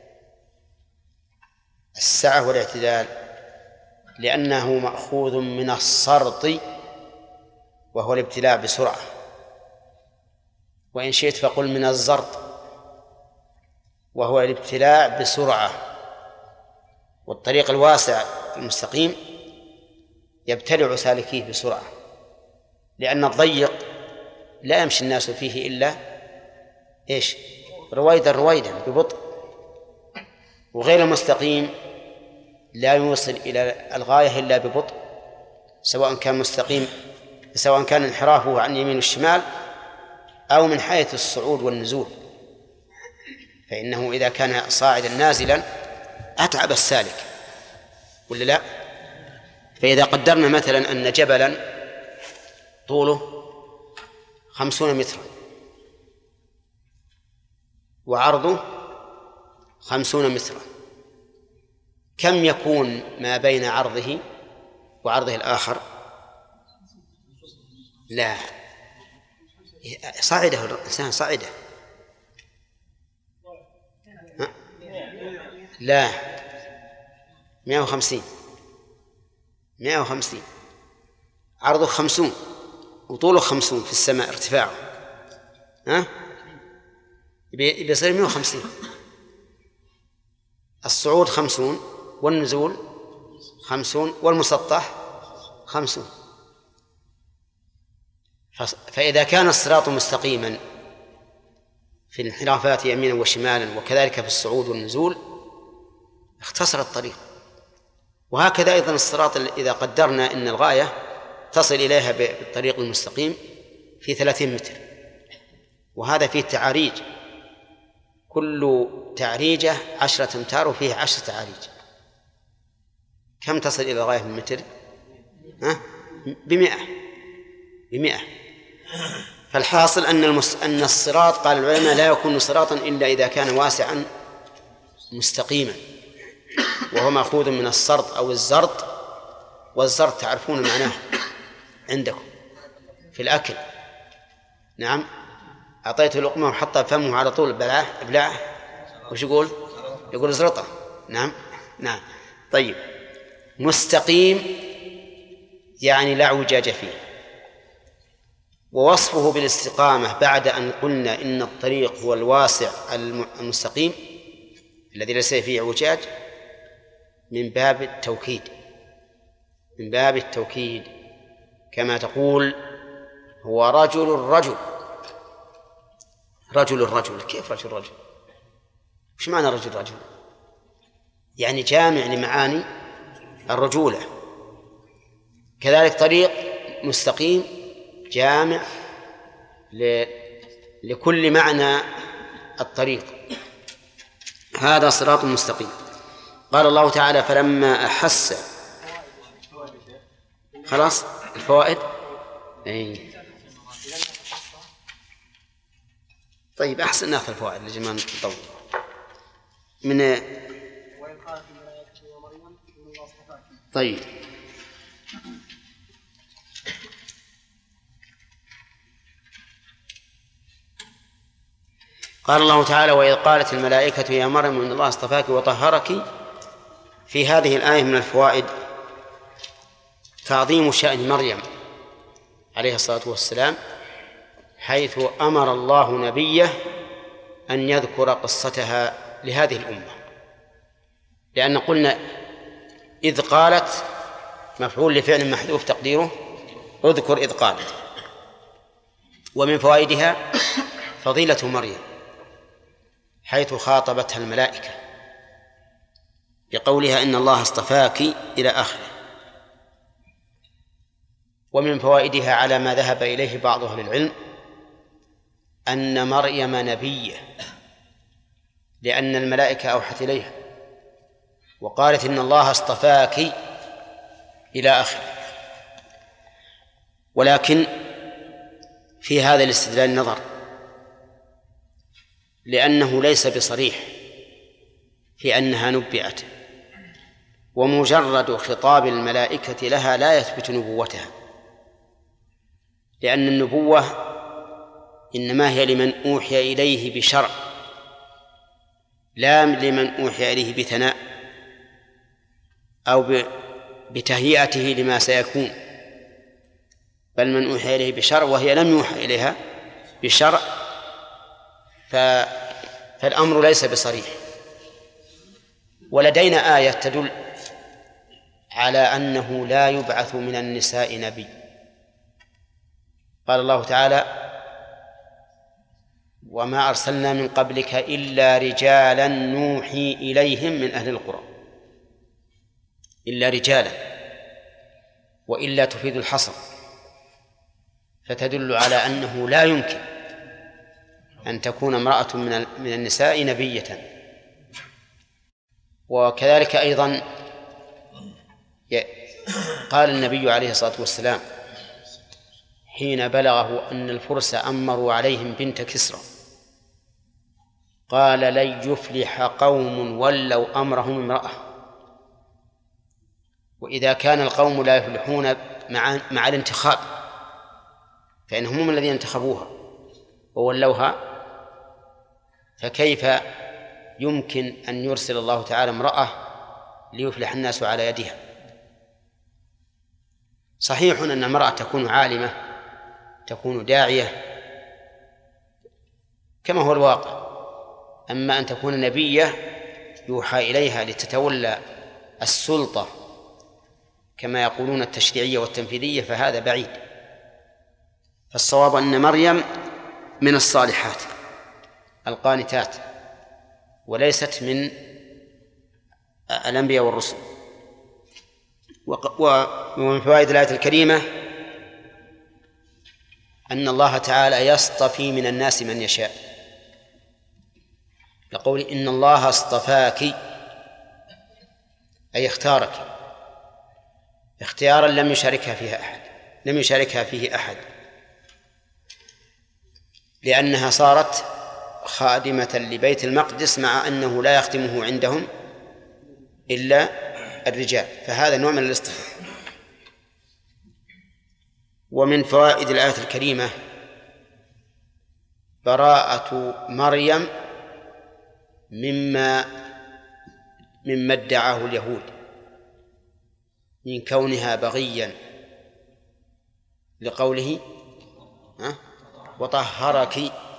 السعة والاعتدال لأنه مأخوذ من السرط وهو الابتلاع بسرعة، وإن شئت فقل من الزرط وهو الابتلاع بسرعة. والطريق الواسع المستقيم يبتلع سالكيه بسرعة، لأن الضيق لا يمشي الناس فيه إلا إيش؟ رويدا رويدا ببطء. وغير المستقيم لا يوصل إلى الغاية إلا ببطء، سواء كان مستقيم سواء كان انحرافه عن يمين الشمال أو من حيث الصعود والنزول. فإنه إذا كان صاعدا نازلا أتعب السالك ولا لا؟ فإذا قدرنا مثلا أن جبلا طوله خمسون مترا وعرضه خمسون مترا، كم يكون ما بين عرضه وعرضه الآخر؟ لا، صعده الإنسان صعده. لا، مئة وخمسين مئة وخمسين عرضه خمسون وطوله خمسون في السماء ارتفاعه، ها بيصير مئة وخمسين. الصعود خمسون والنزول خمسون والمسطح خمسون. فإذا كان الصراط مستقيما في الانحرافات يمينا وشمالا وكذلك في الصعود والنزول اختصر الطريق. وهكذا أيضا الصراط إذا قدرنا أن الغاية تصل إليها بالطريق المستقيم في ثلاثين متر، وهذا فيه تعاريج، كل تعريجة عشرة أمتار وفيه عشرة تعاريج. كم تصل إلى الغاية من متر؟ ها؟ بمئة بمئة. فالحاصل أن المس... أن الصراط قال العلماء لا يكون صراطا إلا إذا كان واسعا مستقيما، وهو مأخوذ من الصرط أو الزرط، والزرط تعرفون معناه عندكم في الأكل. نعم، أعطيته لقمة وحطها فمه على طول بلعه ابلعه وش يقول؟ يقول زرطة. نعم نعم. طيب، مستقيم يعني لا اعوجاج فيه. ووصفه بالاستقامة بعد أن قلنا إن الطريق هو الواسع المستقيم الذي ليس فيه اعوجاج من باب التوكيد، من باب التوكيد كما تقول هو رجل الرجل رجل الرجل. كيف رجل الرجل؟ وش معنى رجل الرجل؟ يعني جامع لمعاني الرجولة. كذلك طريق مستقيم جامع ل... لكل معنى الطريق. هذا صراط مستقيم. قال الله تعالى فلما أحس. خلاص الفوائد. أي. طيب أحسن ناخذ الفوائد لجمال نطول من. طيب قال الله تعالى وإذ قالت الملائكة يا مريم إن الله اصطفاك وطهرك. في هذه الآية من الفوائد تعظيم شأن مريم عليه الصلاة والسلام، حيث أمر الله نبيه أن يذكر قصتها لهذه الأمة، لأن قلنا إذ قالت مفعول لفعل محذوف تقديره اذكر إذ قالت. ومن فوائدها فضيلة مريم حيث خاطبتها الملائكة بقولها إن الله اصطفاك إلى آخره. ومن فوائدها على ما ذهب إليه بعض أهل العلم أن مريم نبية، لأن الملائكة أوحت إليها وقالت إن الله اصطفاك إلى آخره. ولكن في هذا الاستدلال نظر، لأنه ليس بصريح في أنها نبئت، ومجرد خطاب الملائكة لها لا يثبت نبوتها، لأن النبوة إنما هي لمن أوحي إليه بشرع، لا لمن أوحي إليه بثناء أو بتهيئته لما سيكون، بل من أوحي إليه بشرع وهي لم يوحى إليها بشرع، فالأمر ليس بصريح. ولدينا آية تدل على أنه لا يبعث من النساء نبي. قال الله تعالى وما أرسلنا من قبلك إلا رجالا نوحي إليهم من أهل القرى. إلا رجالا، وإلا تفيد الحصر، فتدل على أنه لا يمكن أن تكون امرأة من النساء نبية. وكذلك أيضا قال النبي عليه الصلاة والسلام حين بلغه أن الفرس أمروا عليهم بنت كسرى، قال لن يفلح قوم ولوا أمرهم امرأة. وإذا كان القوم لا يفلحون مع, مع الانتخاب، فإنهم هم الذين انتخبوها وولوها، فكيف يمكن أن يرسل الله تعالى امرأة ليفلح الناس على يدها؟ صحيح أن المرأة تكون عالمة، تكون داعية كما هو الواقع، أما أن تكون نبية يوحى إليها لتتولى السلطة كما يقولون التشريعية والتنفيذية، فهذا بعيد. فالصواب أن مريم من الصالحات القانتات، وليست من الأنبياء والرسل. ومن فوائد الآية الكريمة أن الله تعالى يصطفي من الناس من يشاء، يقول إن الله اصطفاك، أي اختارك اختيارا لم يشاركها فيها أحد لم يشاركها فيه أحد لأنها صارت خادمة لبيت المقدس، مع أنه لا يخدمه عندهم إلا الرجال، فهذا نوع من الاصطفاء. ومن فوائد الآية الكريمة براءة مريم مما مما ادعاه اليهود من كونها بغيا، لقوله وطهرك